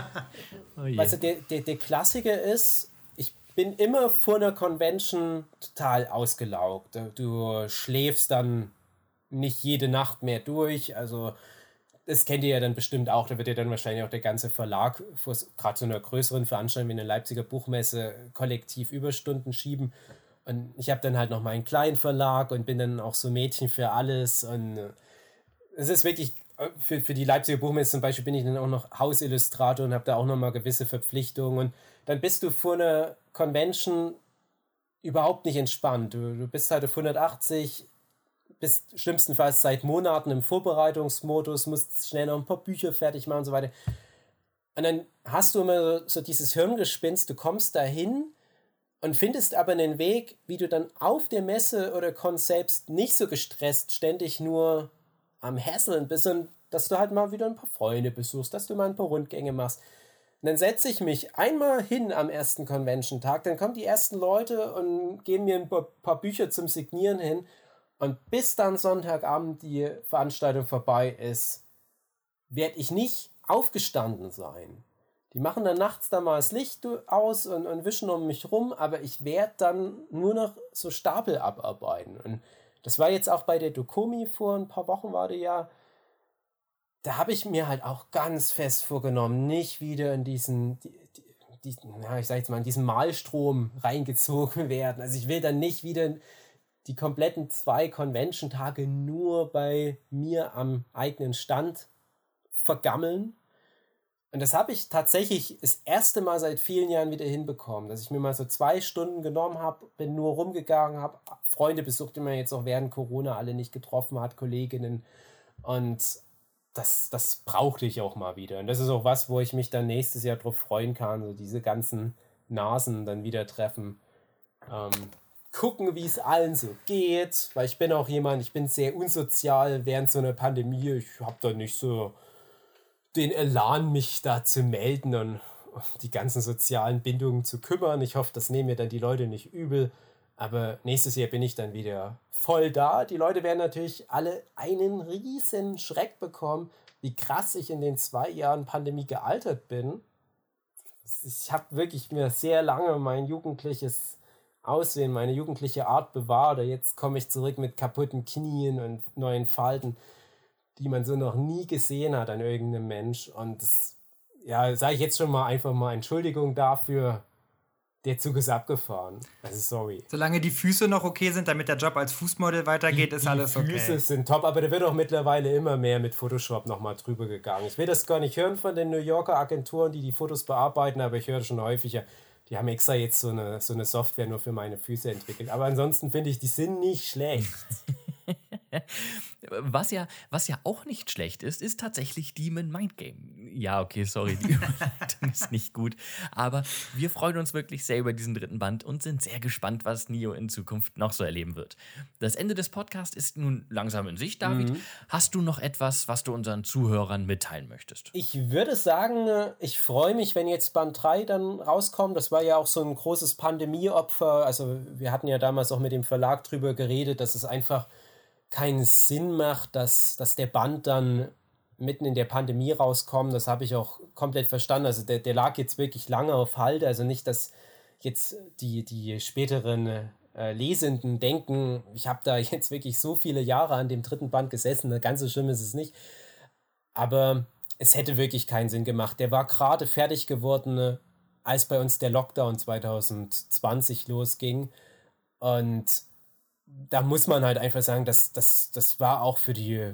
Oh je. Also der, der, der Klassiker ist, ich bin immer vor einer Convention total ausgelaugt. Du schläfst dann nicht jede Nacht mehr durch, also das kennt ihr ja dann bestimmt auch, da wird ja dann wahrscheinlich auch der ganze Verlag, gerade zu einer größeren Veranstaltung wie eine Leipziger Buchmesse, kollektiv Überstunden schieben. Und ich habe dann halt noch meinen kleinen Verlag und bin dann auch so Mädchen für alles. Und es ist wirklich, für, für die Leipziger Buchmesse zum Beispiel bin ich dann auch noch Hausillustrator und habe da auch nochmal gewisse Verpflichtungen. Und dann bist du vor einer Convention überhaupt nicht entspannt. Du, du bist halt auf hundertachtzig, bist schlimmstenfalls seit Monaten im Vorbereitungsmodus, musst schnell noch ein paar Bücher fertig machen und so weiter. Und dann hast du immer so dieses Hirngespinst, du kommst dahin und findest aber einen Weg, wie du dann auf der Messe oder Con selbst nicht so gestresst ständig nur am Hasseln bist und dass du halt mal wieder ein paar Freunde besuchst, dass du mal ein paar Rundgänge machst. Und dann setze ich mich einmal hin am ersten Convention-Tag, dann kommen die ersten Leute und geben mir ein paar Bücher zum Signieren hin. Und bis dann Sonntagabend die Veranstaltung vorbei ist, werde ich nicht aufgestanden sein. Die machen dann nachts da mal das Licht aus und, und wischen um mich rum, aber ich werde dann nur noch so Stapel abarbeiten. Und das war jetzt auch bei der Dokomi vor ein paar Wochen, war die ja. Da habe ich mir halt auch ganz fest vorgenommen, nicht wieder in diesen, die, die, na, ich sag jetzt mal, in diesen Malstrom reingezogen werden. Also ich will dann nicht wieder die kompletten zwei Convention-Tage nur bei mir am eigenen Stand vergammeln. Und das habe ich tatsächlich das erste Mal seit vielen Jahren wieder hinbekommen, dass ich mir mal so zwei Stunden genommen habe, bin nur rumgegangen, habe Freunde besucht, die man jetzt auch während Corona alle nicht getroffen hat, Kolleginnen. Und das, das brauchte ich auch mal wieder. Und das ist auch was, wo ich mich dann nächstes Jahr drauf freuen kann, so diese ganzen Nasen dann wieder treffen. Ähm, gucken, wie es allen so geht, weil ich bin auch jemand, ich bin sehr unsozial während so einer Pandemie. Ich habe da nicht so den Elan, mich da zu melden und die ganzen sozialen Bindungen zu kümmern. Ich hoffe, das nehmen mir dann die Leute nicht übel. Aber nächstes Jahr bin ich dann wieder voll da. Die Leute werden natürlich alle einen riesen Schreck bekommen, wie krass ich in den zwei Jahren Pandemie gealtert bin. Ich habe wirklich mir sehr lange mein jugendliches Aussehen, meine jugendliche Art bewahrt. Jetzt komme ich zurück mit kaputten Knien und neuen Falten, die man so noch nie gesehen hat an irgendeinem Mensch. Und das, ja, sage ich jetzt schon mal einfach mal Entschuldigung dafür. Der Zug ist abgefahren. Also sorry. Solange die Füße noch okay sind, damit der Job als Fußmodel weitergeht, die, ist alles okay. Die Füße sind top, aber da wird auch mittlerweile immer mehr mit Photoshop nochmal drüber gegangen. Ich will das gar nicht hören von den New Yorker Agenturen, die die Fotos bearbeiten, aber ich höre schon häufiger, die haben extra jetzt so eine, so eine Software nur für meine Füße entwickelt. Aber ansonsten finde ich, die sind nicht schlecht. Was ja, was ja auch nicht schlecht ist, ist tatsächlich Demon Mind Game. Ja, okay, sorry, die Überleitung ist nicht gut. Aber wir freuen uns wirklich sehr über diesen dritten Band und sind sehr gespannt, was Nio in Zukunft noch so erleben wird. Das Ende des Podcasts ist nun langsam in Sicht, David. Mhm. Hast du noch etwas, was du unseren Zuhörern mitteilen möchtest? Ich würde sagen, ich freue mich, wenn jetzt Band drei dann rauskommt. Das war ja auch so ein großes Pandemieopfer. Also wir hatten ja damals auch mit dem Verlag drüber geredet, dass es einfach keinen Sinn macht, dass, dass der Band dann mitten in der Pandemie rauskommt. Das habe ich auch komplett verstanden. Also der, der lag jetzt wirklich lange auf Halde. Also nicht, dass jetzt die, die späteren äh, Lesenden denken, ich habe da jetzt wirklich so viele Jahre an dem dritten Band gesessen. Ganz so schlimm ist es nicht. Aber es hätte wirklich keinen Sinn gemacht. Der war gerade fertig geworden, als bei uns der Lockdown zwanzig zwanzig losging. Und da muss man halt einfach sagen, dass das, das war auch für die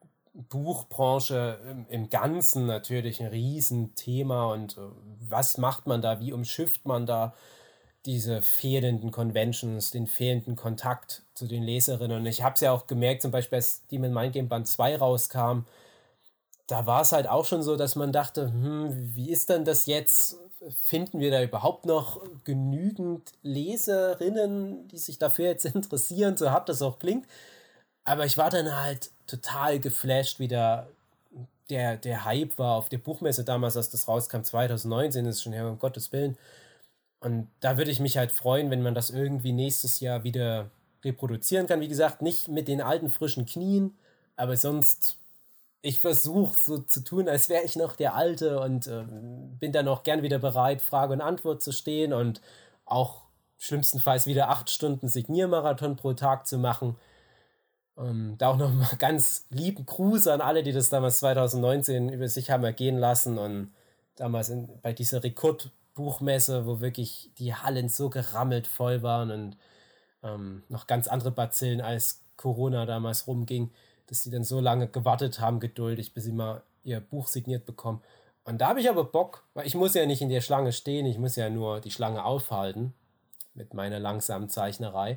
Buchbranche im, im Ganzen natürlich ein Riesenthema. Und äh, was macht man da? Wie umschifft man da diese fehlenden Conventions, den fehlenden Kontakt zu den Leserinnen? Und ich habe es ja auch gemerkt, zum Beispiel als Demon Mind Game Band zwei rauskam, da war es halt auch schon so, dass man dachte, hm, wie ist denn das jetzt? Finden wir da überhaupt noch genügend Leserinnen, die sich dafür jetzt interessieren, so hart das auch klingt. Aber ich war dann halt total geflasht, wie da der, der Hype war auf der Buchmesse damals, als das rauskam, zwanzig neunzehn, ist schon her, um Gottes Willen. Und da würde ich mich halt freuen, wenn man das irgendwie nächstes Jahr wieder reproduzieren kann. Wie gesagt, nicht mit den alten frischen Knien, aber sonst... Ich versuche so zu tun, als wäre ich noch der Alte und äh, bin dann auch gern wieder bereit, Frage und Antwort zu stehen und auch schlimmstenfalls wieder acht Stunden Signiermarathon pro Tag zu machen. Ähm, da auch nochmal ganz lieben Gruß an alle, die das damals zwanzig neunzehn über sich haben ergehen lassen und damals in, bei dieser Rekordbuchmesse, wo wirklich die Hallen so gerammelt voll waren und ähm, noch ganz andere Bazillen als Corona damals rumging, dass die dann so lange gewartet haben, geduldig, bis sie mal ihr Buch signiert bekommen. Und da habe ich aber Bock, weil ich muss ja nicht in der Schlange stehen, ich muss ja nur die Schlange aufhalten mit meiner langsamen Zeichnerei.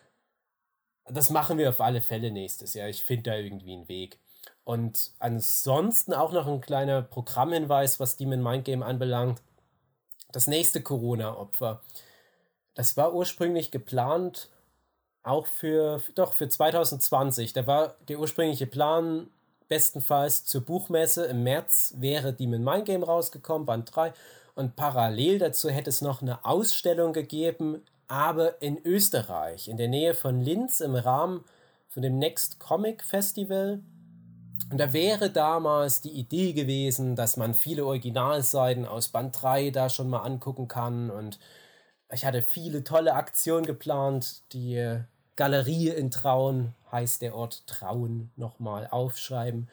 Das machen wir auf alle Fälle nächstes Jahr. Ich finde da irgendwie einen Weg. Und ansonsten auch noch ein kleiner Programmhinweis, was Demon Mind Game anbelangt. Das nächste Corona-Opfer. Das war ursprünglich geplant, auch für, doch für zwanzig zwanzig. Da war der ursprüngliche Plan, bestenfalls zur Buchmesse im März wäre Demon Mind Game rausgekommen, Band drei. Und parallel dazu hätte es noch eine Ausstellung gegeben, aber in Österreich, in der Nähe von Linz im Rahmen von dem Next Comic Festival. Und da wäre damals die Idee gewesen, dass man viele Originalseiten aus Band drei da schon mal angucken kann. Und ich hatte viele tolle Aktionen geplant. Die Galerie in Traun, heißt der Ort Traun, nochmal aufschreiben.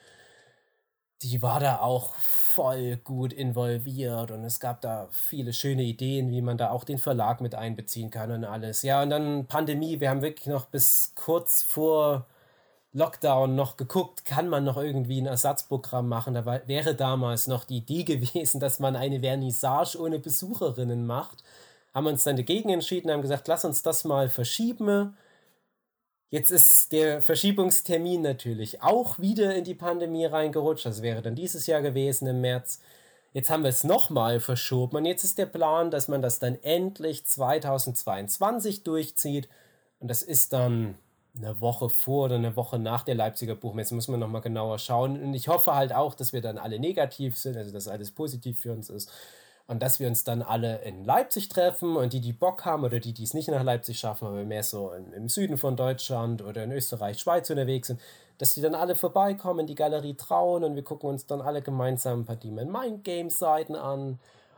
Die war da auch voll gut involviert und es gab da viele schöne Ideen, wie man da auch den Verlag mit einbeziehen kann und alles. Ja, und dann Pandemie, wir haben wirklich noch bis kurz vor Lockdown noch geguckt, kann man noch irgendwie ein Ersatzprogramm machen. Da war, wäre damals noch die Idee gewesen, dass man eine Vernissage ohne Besucherinnen macht. Haben uns dann dagegen entschieden, haben gesagt, lass uns das mal verschieben. Jetzt ist der Verschiebungstermin natürlich auch wieder in die Pandemie reingerutscht. Das wäre dann dieses Jahr gewesen im März. Jetzt haben wir es nochmal verschoben. Und jetzt ist der Plan, dass man das dann endlich zweitausendzweiundzwanzig durchzieht. Und das ist dann eine Woche vor oder eine Woche nach der Leipziger Buchmesse. Muss man nochmal genauer schauen. Und ich hoffe halt auch, dass wir dann alle negativ sind, also dass alles positiv für uns ist. Und dass wir uns dann alle in Leipzig treffen und die, die Bock haben oder die, die es nicht nach Leipzig schaffen, aber mehr so im, im Süden von Deutschland oder in Österreich, Schweiz unterwegs sind, dass die dann alle vorbeikommen in die Galerie Traun und wir gucken uns dann alle gemeinsam ein paar Demon Mind Game Seiten an.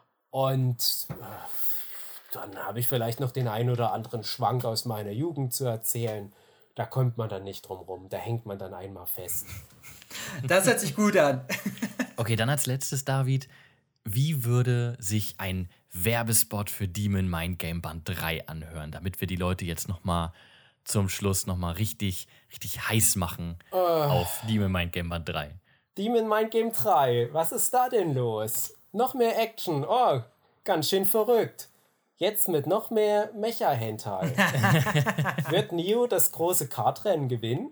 Und äh, dann habe ich vielleicht noch den ein oder anderen Schwank aus meiner Jugend zu erzählen. Da kommt man dann nicht drum rum. Da hängt man dann einmal fest. Das hört sich gut an. Okay, dann als letztes, David. Wie würde sich ein Werbespot für Demon Mind Game Band drei anhören, damit wir die Leute jetzt nochmal zum Schluss nochmal richtig, richtig heiß machen uh. auf Demon Mind Game Band drei? Demon Mind Game drei, was ist da denn los? Noch mehr Action, oh, ganz schön verrückt. Jetzt mit noch mehr Mecha-Hentai. Wird Neo das große Kartrennen gewinnen?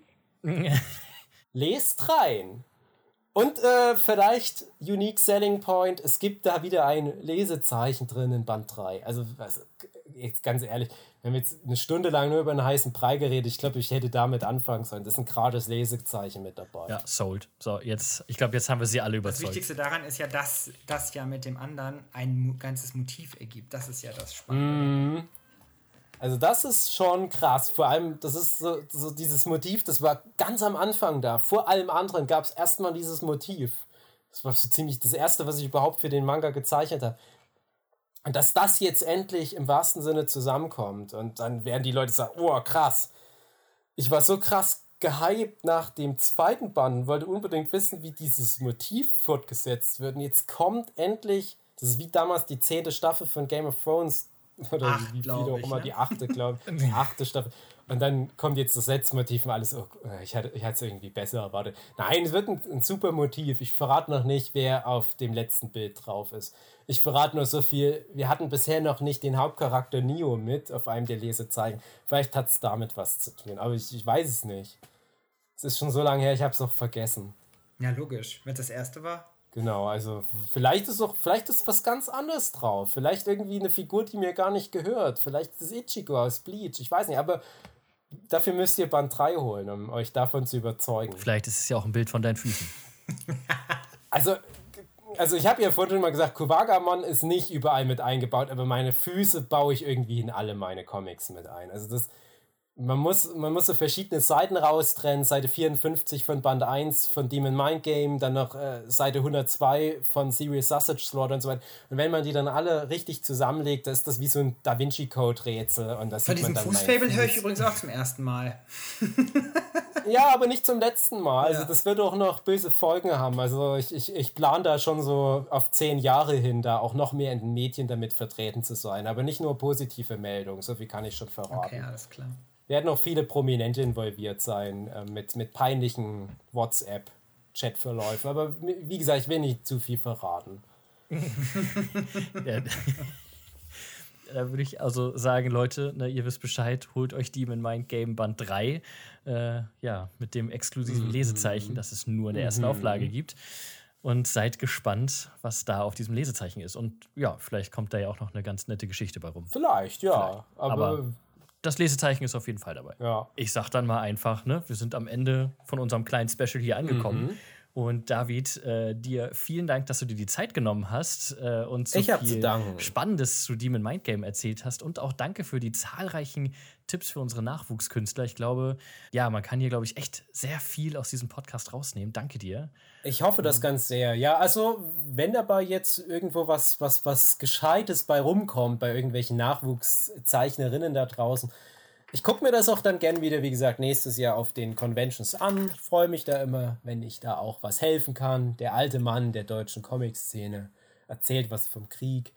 Lest rein. Und äh, vielleicht Unique Selling Point, es gibt da wieder ein Lesezeichen drin in Band drei. Also, was, jetzt ganz ehrlich, wir haben jetzt eine Stunde lang nur über einen heißen Brei geredet. Ich glaube, ich hätte damit anfangen sollen. Das ist ein gratis Lesezeichen mit dabei. Ja, sold. So, jetzt, ich glaube, jetzt haben wir sie alle überzeugt. Das Wichtigste daran ist ja, dass das ja mit dem anderen ein ganzes Motiv ergibt. Das ist ja das Spannende. Mm. Also das ist schon krass. Vor allem, das ist so, so dieses Motiv, das war ganz am Anfang da. Vor allem anderen gab es erstmal dieses Motiv. Das war so ziemlich das Erste, was ich überhaupt für den Manga gezeichnet habe. Und dass das jetzt endlich im wahrsten Sinne zusammenkommt. Und dann werden die Leute sagen, oh krass. Ich war so krass gehypt nach dem zweiten Band und wollte unbedingt wissen, wie dieses Motiv fortgesetzt wird. Und jetzt kommt endlich, das ist wie damals die zehnte Staffel von Game of Thrones, oder Acht, wie viele auch ich, immer, ne? die achte, glaube ich. Die achte Staffel. Und dann kommt jetzt das letzte Motiv und alles, oh, ich hatte ich hatte es irgendwie besser erwartet. Nein, es wird ein, ein super Motiv. Ich verrate noch nicht, wer auf dem letzten Bild drauf ist. Ich verrate nur so viel, wir hatten bisher noch nicht den Hauptcharakter Neo mit auf einem der Lesezeichen. Vielleicht hat es damit was zu tun, aber ich, ich weiß es nicht. Es ist schon so lange her, ich habe es auch vergessen. Ja, logisch. Wenn es das erste war. Genau, also vielleicht ist auch, vielleicht ist was ganz anderes drauf. Vielleicht irgendwie eine Figur, die mir gar nicht gehört. Vielleicht ist es Ichigo aus Bleach. Ich weiß nicht, aber dafür müsst ihr Band drei holen, um euch davon zu überzeugen. Vielleicht ist es ja auch ein Bild von deinen Füßen. also, also ich habe ja vorhin schon mal gesagt, Kuwagamon ist nicht überall mit eingebaut, aber meine Füße baue ich irgendwie in alle meine Comics mit ein. Also das... Man muss, man muss so verschiedene Seiten raustrennen, Seite vierundfünfzig von Band eins von Demon Mind Game, dann noch äh, Seite hundertzwei von Serious Sausage Slaughter und so weiter. Und wenn man die dann alle richtig zusammenlegt, dann ist das wie so ein Da Vinci Code Rätsel. Und das von sieht diesem man dann Fußfabel höre ich übrigens auch zum ersten Mal. Ja, aber nicht zum letzten Mal. Also ja. Das wird auch noch böse Folgen haben. Also ich, ich, ich plane da schon so auf zehn Jahre hin, da auch noch mehr in den Medien damit vertreten zu sein. Aber nicht nur positive Meldungen, so viel kann ich schon verraten. Okay, alles klar. Werden noch viele Prominente involviert sein, äh, mit, mit peinlichen WhatsApp-Chatverläufen. Aber wie gesagt, ich will nicht zu viel verraten. Ja, da würde ich also sagen, Leute, ne, ihr wisst Bescheid, holt euch Demon Mind Game Band drei, äh, ja, mit dem exklusiven Lesezeichen, das es nur in der ersten Auflage gibt. Und seid gespannt, was da auf diesem Lesezeichen ist. Und ja, vielleicht kommt da ja auch noch eine ganz nette Geschichte bei rum. Vielleicht, ja. Vielleicht. Aber, aber das Lesezeichen ist auf jeden Fall dabei. Ja. Ich sag dann mal einfach, ne, wir sind am Ende von unserem kleinen Special hier angekommen. Mhm. Und David, äh, dir vielen Dank, dass du dir die Zeit genommen hast äh, und so Ich hab zu viel danken. Spannendes zu Demon Mind Game erzählt hast. Und auch danke für die zahlreichen Tipps für unsere Nachwuchskünstler. Ich glaube, ja, man kann hier, glaube ich, echt sehr viel aus diesem Podcast rausnehmen. Danke dir. Ich hoffe das ganz sehr. Ja, also wenn dabei jetzt irgendwo was, was, was Gescheites bei rumkommt, bei irgendwelchen Nachwuchszeichnerinnen da draußen, ich gucke mir das auch dann gern wieder, wie gesagt, nächstes Jahr auf den Conventions an. Ich freue mich da immer, wenn ich da auch was helfen kann. Der alte Mann der deutschen Comic-Szene erzählt was vom Krieg.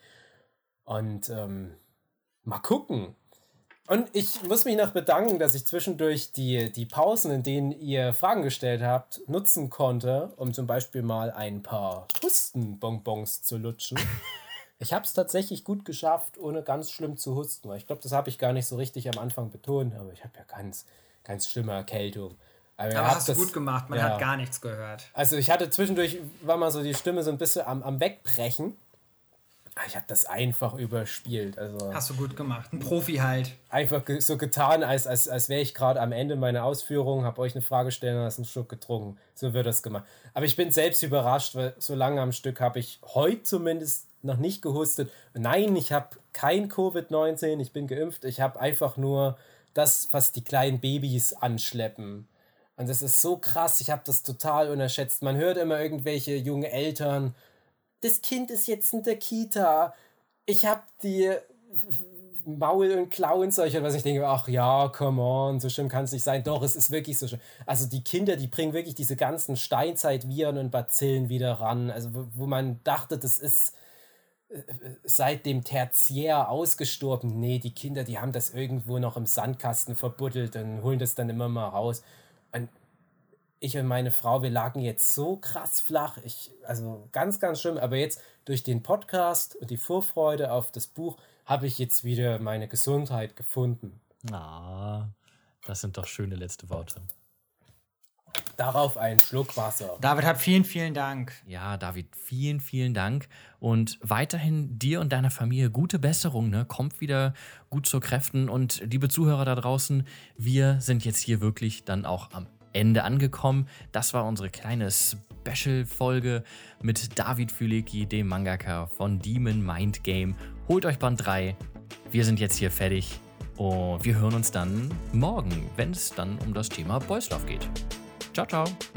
Und ähm, mal gucken. Und ich muss mich noch bedanken, dass ich zwischendurch die, die Pausen, in denen ihr Fragen gestellt habt, nutzen konnte, um zum Beispiel mal ein paar Hustenbonbons zu lutschen. Ich habe es tatsächlich gut geschafft, ohne ganz schlimm zu husten. Ich glaube, das habe ich gar nicht so richtig am Anfang betont, aber ich habe ja ganz, ganz schlimme Erkältung. Aber, Aber hast das, du gut gemacht, man ja. hat gar nichts gehört. Also ich hatte zwischendurch, war mal so die Stimme so ein bisschen am, am Wegbrechen. Ich habe das einfach überspielt. Also Hast du gut gemacht. Ein Profi halt. einfach ge- so getan, als, als, als wäre ich gerade am Ende meiner Ausführung, habe euch eine Frage gestellt und hast einen Schluck getrunken. So wird das gemacht. Aber ich bin selbst überrascht, weil so lange am Stück habe ich heute zumindest noch nicht gehustet. Nein, ich habe kein Covid neunzehn, ich bin geimpft. Ich habe einfach nur das, was die kleinen Babys anschleppen. Und das ist so krass, ich habe das total unterschätzt. Man hört immer irgendwelche junge Eltern, das Kind ist jetzt in der Kita, ich habe die Maul- und Klauenseuche, was ich denke, ach ja, come on, so schlimm kann es nicht sein. Doch, es ist wirklich so schlimm. Also die Kinder, die bringen wirklich diese ganzen Steinzeitviren und Bazillen wieder ran. Also wo, wo man dachte, das ist äh, seit dem Tertiär ausgestorben. Nee, die Kinder, die haben das irgendwo noch im Sandkasten verbuddelt und holen das dann immer mal raus. Und ich und meine Frau, wir lagen jetzt so krass flach. Ich, also ganz, ganz schlimm. Aber jetzt durch den Podcast und die Vorfreude auf das Buch habe ich jetzt wieder meine Gesundheit gefunden. Ah, das sind doch schöne letzte Worte. Darauf einen Schluck Wasser. David, hab vielen, vielen Dank. Ja, David, vielen, vielen Dank. Und weiterhin dir und deiner Familie gute Besserung. Ne? Kommt wieder gut zu Kräften. Und liebe Zuhörer da draußen, wir sind jetzt hier wirklich dann auch am Ende angekommen. Das war unsere kleine Special-Folge mit David Fülecki, dem Mangaka von Demon Mind Game. Holt euch Band drei. Wir sind jetzt hier fertig. Und wir hören uns dann morgen, wenn es dann um das Thema Boys Love geht. Ciao, ciao.